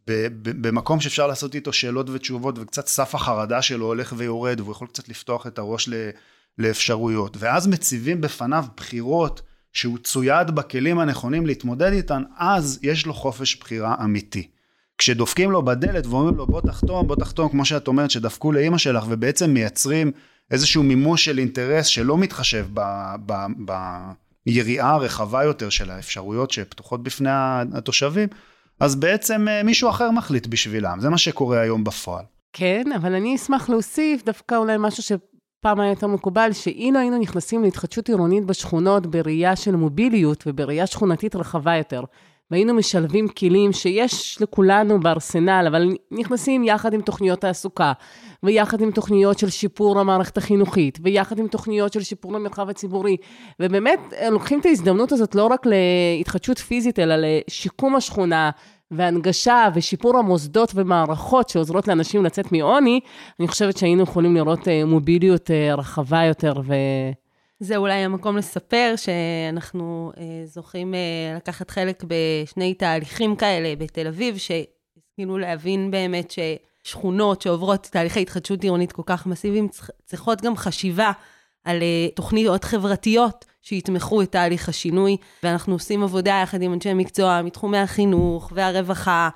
במקום שאפשר לעשות איתו שאלות ותשובות, וקצת סף החרדה שלו הולך ויורד, והוא יכול קצת לפתוח את הראש לאפשרויות, ואז מציבים בפניו בחירות שהוא צויד בכלים הנכונים להתמודד איתן, אז יש לו חופש בחירה אמיתי. כשדופקים לו בדלת ואומרים לו בוא תחתום, בוא תחתום, כמו שאת אומרת שדפקו לאמא שלך, ובעצם מייצרים איזשהו מימוש של אינטרס שלא מתחשב ב, ב, ב, ביריעה הרחבה יותר של האפשרויות שפתוחות בפני התושבים, אז בעצם מישהו אחר מחליט בשבילם. זה מה שקורה היום בפועל. כן, אבל אני אשמח להוסיף דווקא אולי משהו שפעם היה יותר מקובל, שאילו היינו נכנסים להתחדשות עירונית בשכונות בראייה של מוביליות ובראייה שכונתית רחבה יותר, והיינו משלבים כלים שיש לכולנו בארסנל, אבל נכנסים יחד עם תוכניות תעסוקה, ויחד עם תוכניות של שיפור המערכת החינוכית, ויחד עם תוכניות של שיפור למרחב הציבורי, ובאמת לוקחים את ההזדמנות הזאת לא רק להתחדשות פיזית, אלא לשיקום השכונה, והנגשה ושיפור המוסדות ומערכות שעוזרות לאנשים לצאת מעוני, אני חושבת שהיינו יכולים לראות מוביליות רחבה יותר ו... זה אולי המקום לספר שאנחנו אה, זוכים אה, לקחת חלק בשני תהליכים כאלה בתל אביב, שהשכילו להבין באמת ששכונות שעוברות תהליכי התחדשות עירונית כל כך מסיביים, צריכות גם חשיבה על תוכניות חברתיות שיתמכו את תהליך השינוי, ואנחנו עושים עבודה יחד עם אנשי מקצוע מתחומי החינוך והרווחה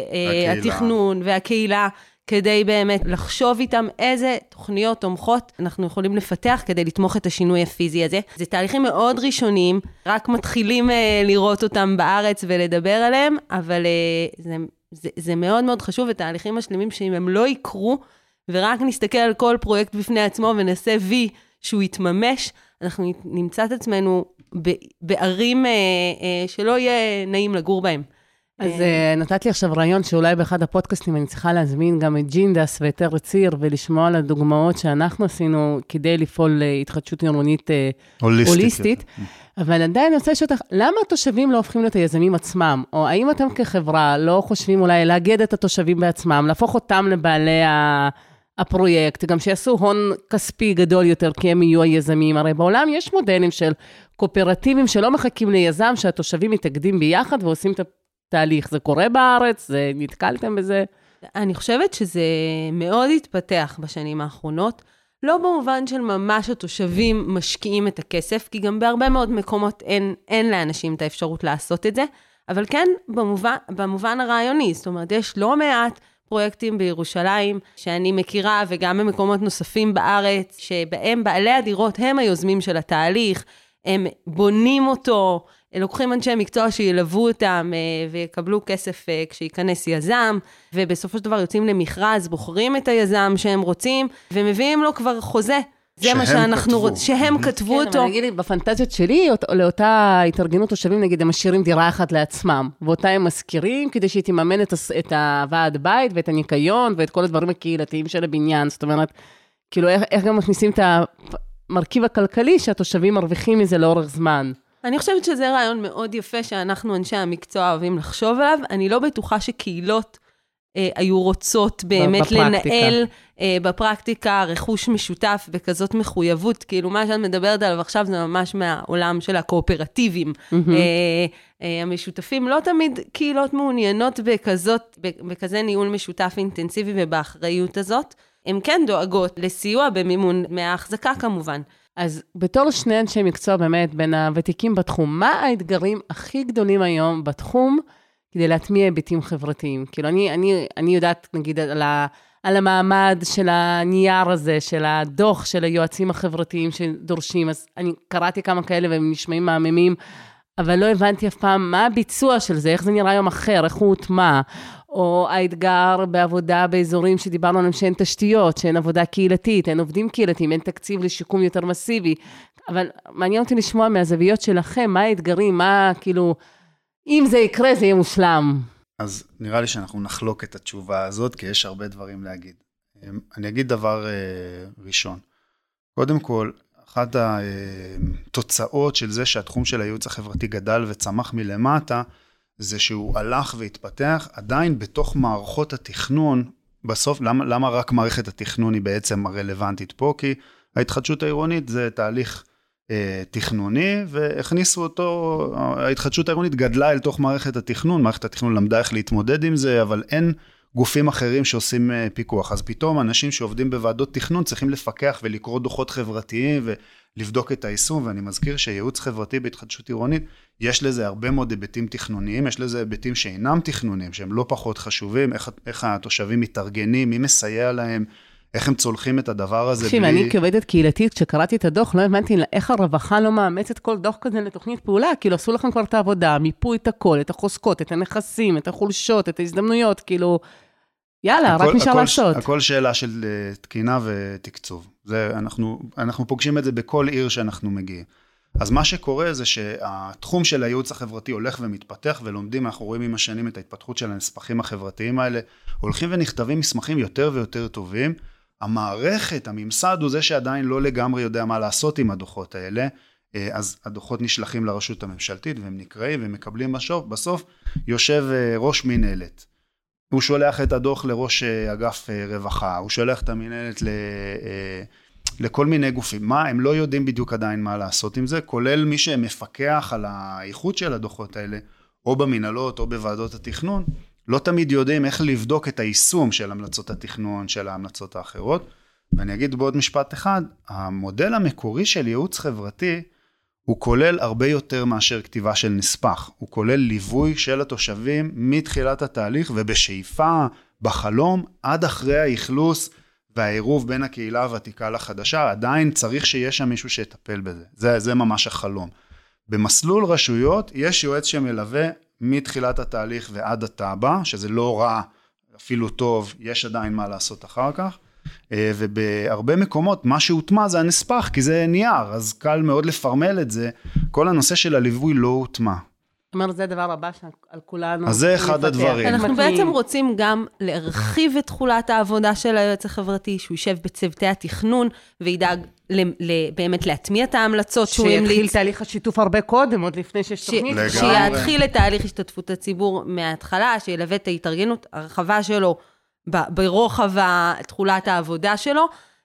והתכנון והקהילה, כדי באמת לחשוב איתם איזה תוכניות תומכות אנחנו יכולים לפתח כדי לתמוך את השינוי הפיזי הזה. זה תהליכים מאוד ראשוניים, רק מתחילים לראות אותם בארץ ולדבר עליהם, אבל זה, זה, זה מאוד מאוד חשוב, ותהליכים משלימים שאם הם לא יקרו, ורק נסתכל על כל פרויקט בפני עצמו ונעשה וי שהוא יתממש, אנחנו נמצא את עצמנו בערים שלא יהיה נעים לגור בהם. אז נתת לי עכשיו רעיון שאולי באחד הפודקאסטים אני צריכה להזמין גם את ג'ינדס ואת ארץ עיר, ולשמוע על הדוגמאות שאנחנו עשינו כדי לפעול להתחדשות עירונית הוליסטית. אבל עדיין אני רוצה לשאול אותך, למה התושבים לא הופכים להיות היזמים עצמם? או האם אתם כחברה לא חושבים אולי לאגד את התושבים בעצמם, להפוך אותם לבעלי הפרויקט, גם שיעשו הון כספי גדול יותר, כי הם יהיו היזמים. הרי בעולם יש מודלים של קואופרטיבים שלא מחכים ליזם, שהתושבים מתאגדים ביחד ועושים את תהליך. זה קורה בארץ? זה, נתקלתם בזה? אני חושבת שזה מאוד התפתח בשנים האחרונות, לא במובן של ממש התושבים משקיעים את הכסף, כי גם בהרבה מאוד מקומות אין, אין לאנשים את האפשרות לעשות את זה, אבל כן במובן, במובן הרעיוני, זאת אומרת, יש לא מעט פרויקטים בירושלים שאני מכירה, וגם במקומות נוספים בארץ, שבהם בעלי הדירות הם היוזמים של התהליך, הם בונים אותו, לוקחים אנשי מקצוע שילוו אותם ויקבלו כסף כשיכנס יזם, ובסופו של דבר יוצאים למכרז, בוחרים את היזם שהם רוצים, ומביאים לו כבר חוזה. זה מה שאנחנו רוצים, שהם כתבו אותו. כן, אבל נגיד לי, בפנטזיות שלי, לאותה התארגנות תושבים, נגיד, הם משאירים דירה אחת לעצמם, ואותה הם מזכירים, כדי שהיא תממן את הוועד בית, ואת הניקיון, ואת כל הדברים הקהילתיים של הבניין. זאת אומרת, כאילו, איך גם מכניסים את המרכיב הכלכלי, שהתושבים מרוויחים מזה לאורך זמן. אני חושבת שזה רעיון מאוד יפה שאנחנו אנשי המקצוע אוהבים לחשוב עליו. אני לא בטוחה שקהילות אה, היו רוצות באמת בפרקטיקה. לנהל אה, בפרקטיקה רכוש משותף בכזאת מחויבות. כאילו מה שאת מדברת עליו עכשיו זה ממש מהעולם של הקואופרטיבים. Mm-hmm. אה, אה, המשותפים לא תמיד קהילות מעוניינות בכזאת, בכזה ניהול משותף אינטנסיבי ובאחריות הזאת. הן כן דואגות לסיוע במימון מההחזקה כמובן. אז בתור שני אנשי מקצוע באמת, בין הוותיקים בתחום, מה האתגרים הכי גדולים היום בתחום, כדי להטמיע היבטים חברתיים? כאילו, אני, אני, אני יודעת, נגיד, על, ה, על המעמד של הנייר הזה, של הדוח של היועצים החברתיים שדורשים, אז אני קראתי כמה כאלה והם נשמעים מהממים, אבל לא הבנתי אף פעם מה הביצוע של זה, איך זה נראה יום אחר, איך הוא הוטמע, או האתגר בעבודה באזורים שדיברנו עליהם שאין תשתיות, שאין עבודה קהילתית, אין עובדים קהילתיים, אין תקציב לשיקום יותר מסיבי. אבל מעניין אותי לשמוע מהזוויות שלכם, מה האתגרים, מה כאילו, אם זה יקרה זה יהיה מושלם. אז נראה לי שאנחנו נחלוק את התשובה הזאת, כי יש הרבה דברים להגיד. אני אגיד דבר ראשון. קודם כל, אחת התוצאות של זה שהתחום של הייעוץ החברתי גדל וצמח מלמטה, זה שהוא הלך והתפתח, עדיין בתוך מערכות התכנון, בסוף, למה, למה רק מערכת התכנון היא בעצם הרלוונטית פה? כי ההתחדשות העירונית זה תהליך אה, תכנוני, והכניסו אותו, ההתחדשות העירונית גדלה אל תוך מערכת התכנון, מערכת התכנון למדה איך להתמודד עם זה, אבל אין גופים אחרים שעושים אה, פיקוח. אז פתאום אנשים שעובדים בוועדות תכנון צריכים לפקח ולקרוא דוחות חברתיים ולבדוק את היישום, ואני מזכיר שייעוץ חברתי בהתחדשות עירונית, יש לזה הרבה מאוד היבטים תכנוניים, יש לזה היבטים שאינם תכנוניים, שהם לא פחות חשובים, איך, איך התושבים מתארגנים, מי מסייע להם, איך הם צולחים את הדבר הזה. תקשיב, בלי... אני כעובדת קהילתית, כשקראתי את הדוח, לא הבנתי איך הרווחה לא מאמצת כל דוח כזה לתוכנית פעולה, כאילו עשו לכם כבר את העבודה, מיפו את הכל, את החוזקות, את הנכסים, את החולשות, את ההזדמנויות, כאילו, יאללה, הכל, רק נשאר הכל, לעשות. הכל שאלה של uh, תקינה ותקצוב. זה, אנחנו, אנחנו פוגשים את זה בכל עיר שאנחנו מגיעים. אז מה שקורה זה שהתחום של הייעוץ החברתי הולך ומתפתח, ולומדים, אנחנו רואים עם השנים את ההתפתחות של הנספחים החברתיים האלה, הולכים ונכתבים מסמכים יותר ויותר טובים, המערכת, הממסד הוא זה שעדיין לא לגמרי יודע מה לעשות עם הדוחות האלה, אז הדוחות נשלחים לרשות הממשלתית, והם נקראים ומקבלים בסוף, בסוף יושב ראש מנהלת, הוא שולח את הדוח לראש אגף רווחה, הוא שולח את המנהלת ל... לכל מיני גופים. מה? הם לא יודעים בדיוק עדיין מה לעשות עם זה, כולל מי שמפקח על האיכות של הדוחות האלה, או במנהלות או בוועדות התכנון, לא תמיד יודעים איך לבדוק את היישום של המלצות התכנון, של ההמלצות האחרות, ואני אגיד בעוד משפט אחד, המודל המקורי של ייעוץ חברתי, הוא כולל הרבה יותר מאשר כתיבה של נספח. הוא כולל ליווי של התושבים מתחילת התהליך, ובשאיפה, בחלום, עד אחרי האכלוס והעירוב בין הקהילה הוותיקה לחדשה, עדיין צריך שיש שם מישהו שיטפל בזה. זה, זה ממש החלום. במסלול רשויות, יש יועץ שמלווה מתחילת התהליך ועד התב"ע, שזה לא רע, אפילו טוב, יש עדיין מה לעשות אחר כך. ובהרבה מקומות מה שהוטמע זה הנספח, כי זה נייר, אז קל מאוד לפרמל את זה. כל הנושא של הליווי לא הוטמע. זאת אומרת, זה הדבר הבא שעל כולנו. אז זה אחד הדברים. אנחנו בעצם רוצים גם להרחיב את תחולת העבודה של היועץ החברתי, שהוא יישב בצוותי התכנון, וידאג באמת להטמיע את ההמלצות שהוא ימליץ. שיתחיל תהליך השיתוף הרבה קודם, עוד לפני שיש תוכנית. שיתחיל את תהליך השתתפות הציבור מההתחלה, שילווה את ההתארגנות, הרחבה שלו, ברוחב תחולת העבודה שלו,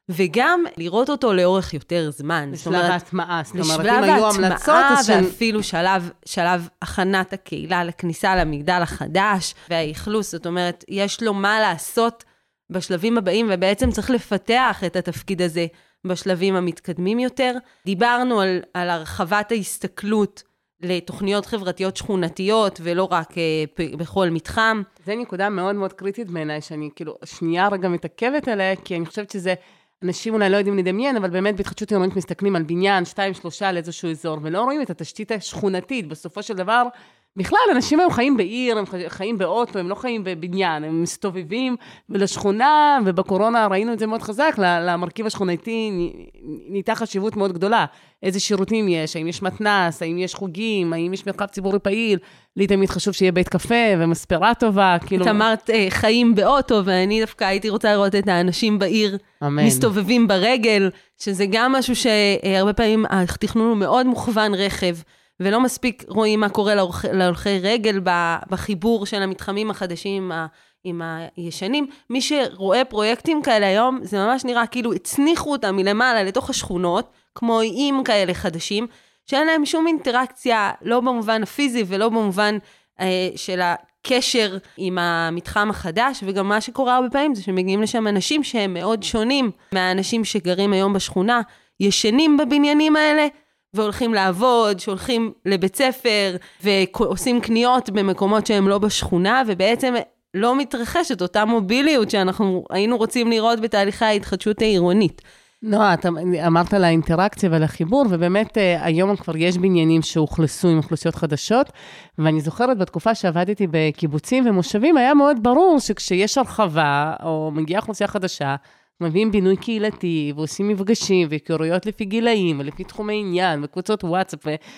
וגם לראות אותו לאורך יותר זמן. בשלב ההטמעה, זאת אומרת, אם היו המלצות, ואפילו שלב, שלב הכנת הקהילה לכניסה למגדל החדש, והאכלוס, זאת אומרת, יש לו מה לעשות בשלבים הבאים, ובעצם צריך לפתח את התפקיד הזה בשלבים המתקדמים יותר. דיברנו על, על הרחבת ההסתכלות, לתוכניות חברתיות שכונתיות, ולא רק uh, בכל מתחם. זה נקודה מאוד מאוד קריטית בעיניי, שאני כאילו שנייה רגע מתעכבת עליה, כי אני חושבת שזה, אנשים אולי לא יודעים לדמיין, אבל באמת בהתחדשות עירונית מסתכלים על בניין, שתיים, שלושה לאיזשהו אזור, ולא רואים את התשתית השכונתית. בסופו של דבר, בכלל, אנשים היום חיים בעיר, הם חיים באוטו, הם לא חיים בבניין, הם מסתובבים ולשכונה, ובקורונה ראינו את זה מאוד חזק, למרכיב השכונתי ניתה חשיבות מאוד גדולה. איזה שירותים יש, האם יש מתנס, האם יש חוגים, האם יש מרחב ציבורי פעיל, לי תמיד חשוב שיהיה בית קפה ומספרה טובה, כאילו... את אמרת חיים באוטו, ואני דווקא הייתי רוצה לראות את האנשים בעיר, אמן. מסתובבים ברגל, שזה גם משהו שהרבה פעמים התכנון הוא מאוד מוכוון רכב, ולא מספיק רואים מה קורה להולכי רגל בחיבור של המתחמים החדשים עם הישנים. מי שרואה פרויקטים כאלה היום, זה ממש נראה כאילו הצניחו אותם מלמעלה לתוך השכונות, כמו איים כאלה חדשים, שאין להם שום אינטראקציה, לא במובן הפיזי ולא במובן אה, של הקשר עם המתחם החדש, וגם מה שקורה הרבה פעמים זה שמגיעים לשם אנשים שהם מאוד שונים מהאנשים שגרים היום בשכונה, ישנים בבניינים האלה, והולכים לעבוד, שהולכים לבית ספר, ועושים קניות במקומות שהם לא בשכונה, ובעצם לא מתרחשת אותה מוביליות שאנחנו היינו רוצים לראות בתהליכי ההתחדשות העירונית. לא, אתה אמרת על האינטראקציה ועל החיבור, ובאמת היום כבר יש בניינים שהוכלסו עם אוכלוסיות חדשות, ואני זוכרת בתקופה שעבדתי בקיבוצים ומושבים, היה מאוד ברור שכשיש הרחבה, או מגיעה אוכלוסייה חדשה, מביאים בינוי קהילתי, ועושים מפגשים, והיכרויות לפי גילאים, ולפי תחומי עניין, וקבוצות וואטסאפ,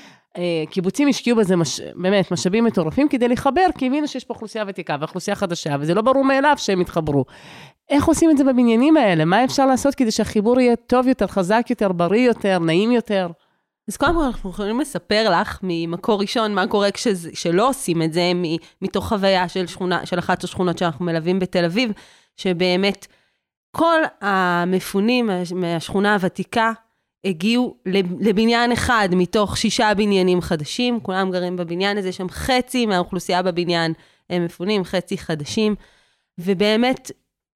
וקיבוצים השקיעו בזה מש... באמת משאבים מטורפים כדי לחבר, כי הבינו שיש פה אוכלוסייה ותיקה, ואוכלוסייה חדשה, וזה לא ברור מאליו שהם יתחברו. איך עושים את זה בבניינים האלה? מה אפשר לעשות כדי שהחיבור יהיה טוב יותר, חזק יותר, בריא יותר, נעים יותר? אז קודם כל אנחנו יכולים לספר לך ממקור ראשון מה קורה כשלא עושים את זה, מתוך חוויה של, שכונה, של אחת השכונות שאנחנו מלווים בתל אביב, שבאמת כל המפונים מהשכונה הוותיקה הגיעו לבניין אחד מתוך שישה בניינים חדשים, כולם גרים בבניין הזה, שם חצי מהאוכלוסייה בבניין הם מפונים, חצי חדשים, ובאמת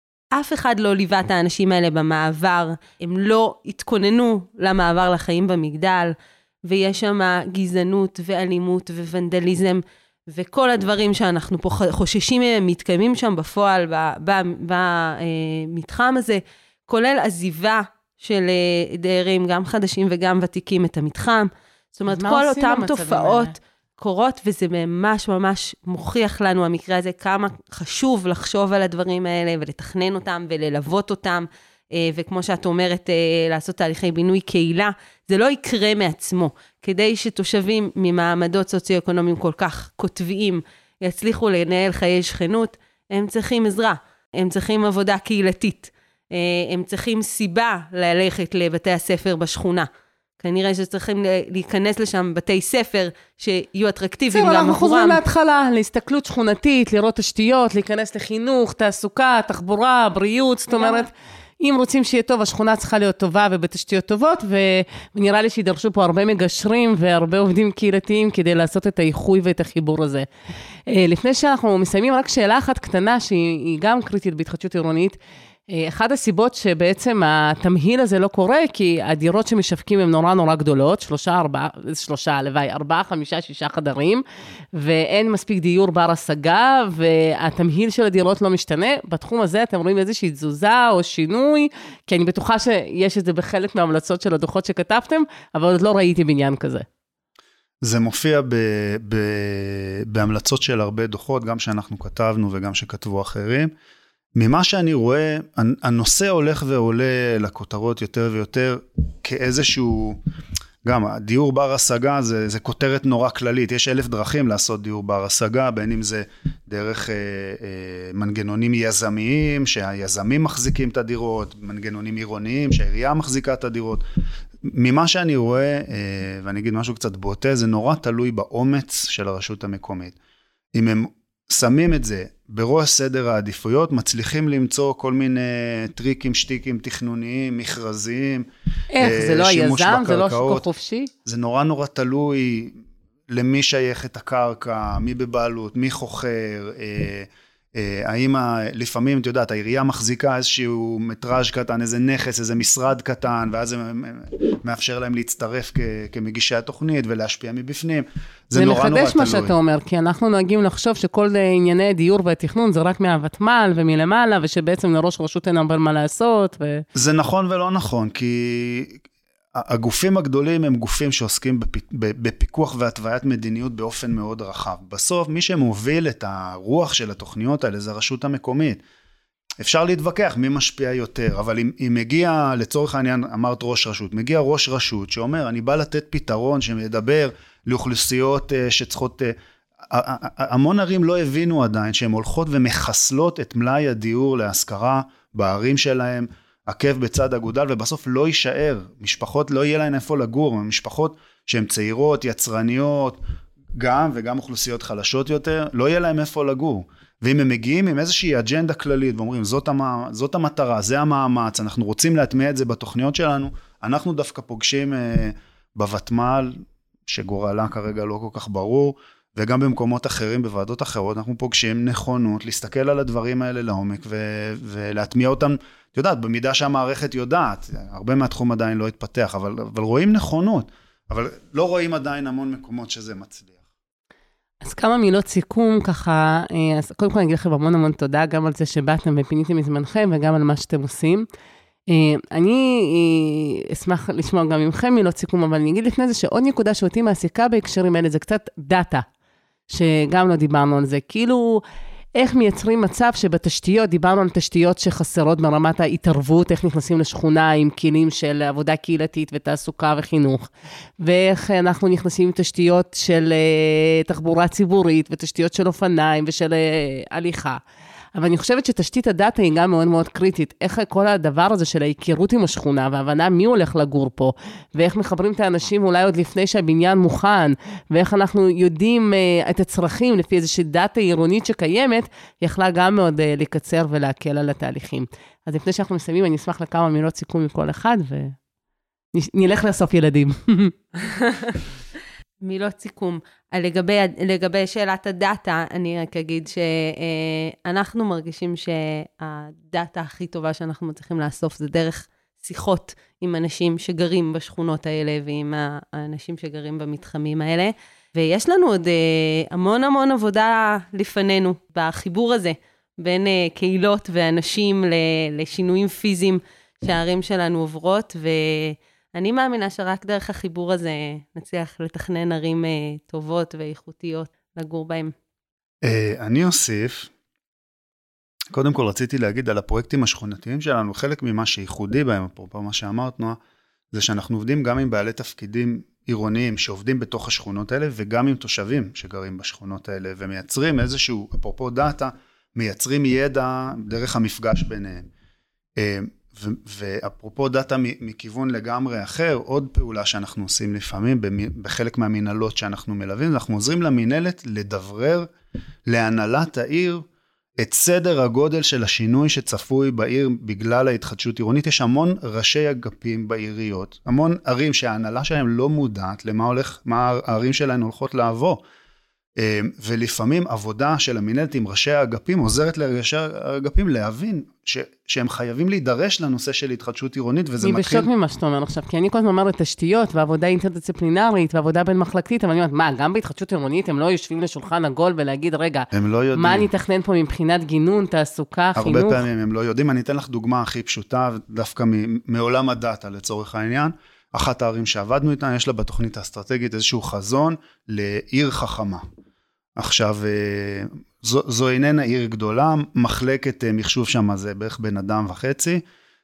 אף אחד לא ליווה את האנשים האלה במעבר, הם לא התכוננו למעבר לחיים במגדל, ויש שם גזענות ואלימות וונדליזם, וכל הדברים שאנחנו פה חוששים מהם מתקיימים שם בפועל, במתחם הזה, כולל עזיבה של דיירים, גם חדשים וגם ותיקים את המתחם. זאת אומרת, כל אותם תופעות קורות, וזה ממש ממש מוכיח לנו המקרה הזה, כמה חשוב לחשוב על הדברים האלה, ולתכנן אותם וללוות אותם, וכמו שאת אומרת, לעשות תהליכי בינוי קהילה, זה לא יקרה מעצמו. כדי שתושבים ממעמדות סוציו-אקונומיים כל כך כותביים, יצליחו לנהל חיי שכנות, הם צריכים עזרה, הם צריכים עבודה קהילתית, הם צריכים סיבה ללכת לבתי הספר בשכונה. כנראה שצריכים להיכנס לשם בתי ספר שיהיו אטרקטיביים גם עבורם. אנחנו חוזרים להתחלה, להסתכלות שכונתית, לראות תשתיות, להיכנס לחינוך, תעסוקה, תחבורה, בריאות, זאת אומרת, אם רוצים שיהיה טוב, השכונה צריכה להיות טובה ובתשתיות טובות, ונראה לי שידרשו פה הרבה מגשרים והרבה עובדים קהילתיים כדי לעשות את האיחוי ואת החיבור הזה. לפני שאנחנו מסיימים, רק שאלה אחת קטנה שהיא גם קריטית בהתחדשות עירונית, אחד הסיבות שבעצם התמהיל הזה לא קורה, כי הדירות שמשווקים הן נורא נורא גדולות, שלושה, ארבעה, שלושה, לוואי, ארבעה, חמישה, שישה חדרים, ואין מספיק דיור בר השגה, והתמהיל של הדירות לא משתנה. בתחום הזה אתם רואים איזושהי תזוזה או שינוי, כי אני בטוחה שיש את זה בחלק מההמלצות של הדוחות שכתבתם, אבל עוד לא ראיתי בניין כזה. זה מופיע ב, ב, בהמלצות של הרבה דוחות, גם שאנחנו כתבנו וגם שכתבו אחרים. ממה שאני רואה, הנושא הולך ועולה לכותרות יותר ויותר כאיזשהו, גם הדיור בר השגה זה, זה כותרת נורא כללית, יש אלף דרכים לעשות דיור בר השגה, בין אם זה דרך אה, אה, מנגנונים יזמיים, שהיזמים מחזיקים את הדירות, מנגנונים עירוניים, שהעירייה מחזיקה את הדירות. ממה שאני רואה, אה, ואני אגיד משהו קצת בוטה, זה נורא תלוי באומץ של הרשות המקומית. אם הם שמים את זה בראש סדר העדיפויות, מצליחים למצוא כל מיני טריקים, שטיקים תכנוניים, מכרזיים, איך, זה לא היזם, זה לא השוק החופשי? זה נורא נורא תלוי למי שייך את הקרקע, מי בבעלות, מי חוכר, האם לפעמים, את יודעת, העירייה מחזיקה איזשהו מטראז' קטן, איזה נכס, איזה משרד קטן, ואז זה מאפשר להם להצטרף כמגישי התוכנית ולהשפיע מבפנים. זה מחדש מה שאתה אומר, כי אנחנו נוהגים לחשוב שכל ענייני דיור והתכנון זה רק מהוותמ"ל ומלמעלה, ושבעצם לראש רשות אין הרבה מה לעשות. זה נכון ולא נכון, כי הגופים הגדולים הם גופים שעוסקים בפיקוח והתוויית מדיניות באופן מאוד רחב. בסוף, מי שמוביל את הרוח של התוכניות האלה זה הרשות המקומית. אפשר להתווכח מי משפיע יותר, אבל אם, אם מגיע, לצורך העניין, אמרת ראש רשות, מגיע ראש רשות שאומר, אני בא לתת פתרון שמדבר לאוכלוסיות שצריכות, המון ערים לא הבינו עדיין שהן הולכות ומחסלות את מלאי הדיור להשכרה בערים שלהם, עקב בצד אגודל, ובסוף לא יישאר, משפחות לא יהיה להן איפה לגור, משפחות שהן צעירות, יצרניות, גם וגם אוכלוסיות חלשות יותר, לא יהיה להן איפה לגור. ואם הם מגיעים עם איזושהי אג'נדה כללית, ואומרים, זאת, המ... זאת המטרה, זה המאמץ, אנחנו רוצים להטמיע את זה בתוכניות שלנו, אנחנו דווקא פוגשים אה, בוותמ"ל, שגורלה כרגע לא כל כך ברור, וגם במקומות אחרים, בוועדות אחרות, אנחנו פוגשים נכונות, להסתכל על הדברים האלה לעומק, ו- ולהטמיע אותם, את יודעת, במידה שהמערכת יודעת, הרבה מהתחום עדיין לא התפתח, אבל, אבל רואים נכונות, אבל לא רואים עדיין המון מקומות שזה מצליח. אז כמה מילות סיכום ככה, אז קודם כל אני אגיד לכם המון המון תודה, גם על זה שבאתם ופיניתם מזמנכם, וגם על מה שאתם עושים. אני אשמח לשמוע גם ממכם מילות סיכום, אבל אני אגיד לפני זה שעוד נקודה שאותי מעסיקה בהקשרים האלה, זה קצת דאטה, שגם לא דיברנו על זה, כאילו איך מייצרים מצב שבתשתיות, דיברנו על תשתיות שחסרות ברמת ההתערבות, איך נכנסים לשכונה עם כלים של עבודה קהילתית ותעסוקה וחינוך, ואיך אנחנו נכנסים עם תשתיות של תחבורה ציבורית, ותשתיות של אופניים ושל הליכה. אבל אני חושבת שתשתית הדאטה היא גם מאוד מאוד קריטית. איך כל הדבר הזה של ההיכרות עם השכונה, והבנה מי הולך לגור פה, ואיך מחברים את האנשים אולי עוד לפני שהבניין מוכן, ואיך אנחנו יודעים uh, את הצרכים לפי איזושהי דאטה עירונית שקיימת, יכלה גם מאוד uh, לקצר ולהקל על התהליכים. אז לפני שאנחנו מסיימים, אני אשמח לכמה מילות סיכום מכל אחד, ונלך לאסוף ילדים. מילות סיכום. לגבי, לגבי שאלת הדאטה, אני רק אגיד שאנחנו מרגישים שהדאטה הכי טובה שאנחנו מצליחים לאסוף זה דרך שיחות עם אנשים שגרים בשכונות האלה ועם האנשים שגרים במתחמים האלה. ויש לנו עוד המון המון עבודה לפנינו בחיבור הזה בין קהילות ואנשים לשינויים פיזיים שהערים שלנו עוברות, ו... אני מאמינה שרק דרך החיבור הזה נצליח לתכנן ערים טובות ואיכותיות לגור בהם. אני אוסיף, קודם כל רציתי להגיד על הפרויקטים השכונתיים שלנו, חלק ממה שייחודי בהם, אפרופו מה שאמרת נועה, זה שאנחנו עובדים גם עם בעלי תפקידים עירוניים שעובדים בתוך השכונות האלה, וגם עם תושבים שגרים בשכונות האלה, ומייצרים איזשהו, אפרופו דאטה, מייצרים ידע דרך המפגש ביניהם. ואפרופו דאטה מכיוון לגמרי אחר, עוד פעולה שאנחנו עושים לפעמים, בחלק מהמנהלות שאנחנו מלווים, אנחנו עוזרים למנהלת לדברר להנהלת העיר את סדר הגודל של השינוי שצפוי בעיר בגלל ההתחדשות עירונית. יש המון ראשי אגפים בעיריות, המון ערים שההנהלה שלהם לא מודעת למה הולך, מה הערים שלהם הולכות לעבור. ולפעמים עבודה של המנהלת עם ראשי האגפים, עוזרת לראשי האגפים להבין ש, שהם חייבים להידרש לנושא של התחדשות עירונית, וזה מתחיל... אני בשוק ממה שאתה אומר עכשיו, כי אני כל הזמן אומרת תשתיות, ועבודה אינטרדיסציפלינרית, ועבודה בין מחלקתית, אבל אני אומרת, מה, גם בהתחדשות עירונית הם לא יושבים לשולחן עגול ולהגיד, רגע, לא מה אני אתכנן פה מבחינת גינון, תעסוקה, הרבה חינוך? הרבה פעמים הם לא יודעים, אני אתן לך דוגמה הכי פשוטה, דווקא מעולם הדאטה לצורך העניין, אחת הערים שעבדנו איתן, יש לה בתוכנית האסטרטגית איזשהו חזון לעיר חכמה. עכשיו, זו, זו איננה עיר גדולה, מחלקת מחשוב שם זה בערך בין אדם וחצי,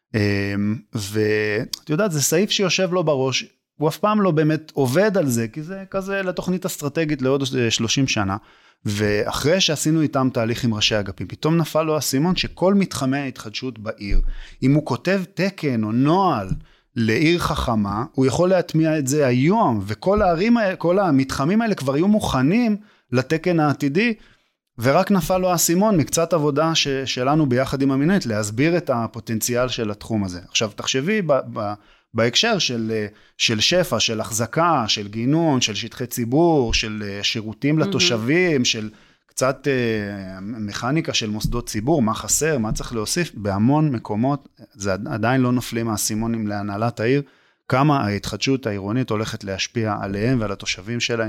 ואת יודעת, זה סעיף שיושב לו בראש, הוא אף פעם לא באמת עובד על זה, כי זה כזה לתוכנית אסטרטגית לעוד שלושים שנה, ואחרי שעשינו איתם תהליך עם ראשי אגפים, פתאום נפל לו הסימון שכל מתחמי ההתחדשות בעיר, אם הוא כותב תקן או נועל, לעיר חכמה, הוא יכול להטמיע את זה היום, וכל הערים, כל המתחמים האלה כבר יהיו מוכנים לתקן העתידי, ורק נפל לו הסימון מקצת עבודה ש, שלנו ביחד עם המנהלת, להסביר את הפוטנציאל של התחום הזה. עכשיו, תחשבי ב, ב, בהקשר של, של שפע, של החזקה, של גינון, של שטחי ציבור, של שירותים לתושבים, mm-hmm. של קצת אה, מכניקה של מוסדות ציבור, מה חסר, מה צריך להוסיף, בהמון מקומות, זה עדיין לא נופלים מהסימונים להנהלת העיר, כמה ההתחדשות העירונית הולכת להשפיע עליהם ועל התושבים שלהם.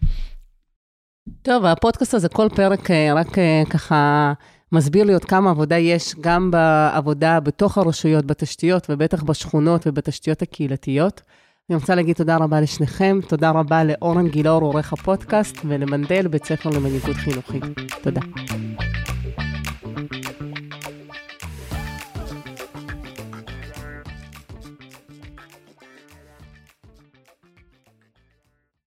טוב, הפודקאסט הזה, כל פרק רק ככה מסביר לי עוד כמה עבודה יש, גם בעבודה בתוך הרשויות, בתשתיות, ובטח בשכונות ובתשתיות הקהילתיות. אני רוצה להגיד תודה רבה לשניכם, תודה רבה לאורן גילאור, עורך הפודקאסט, ולמנדל, בית ספר למנהיגות חינוכית. תודה.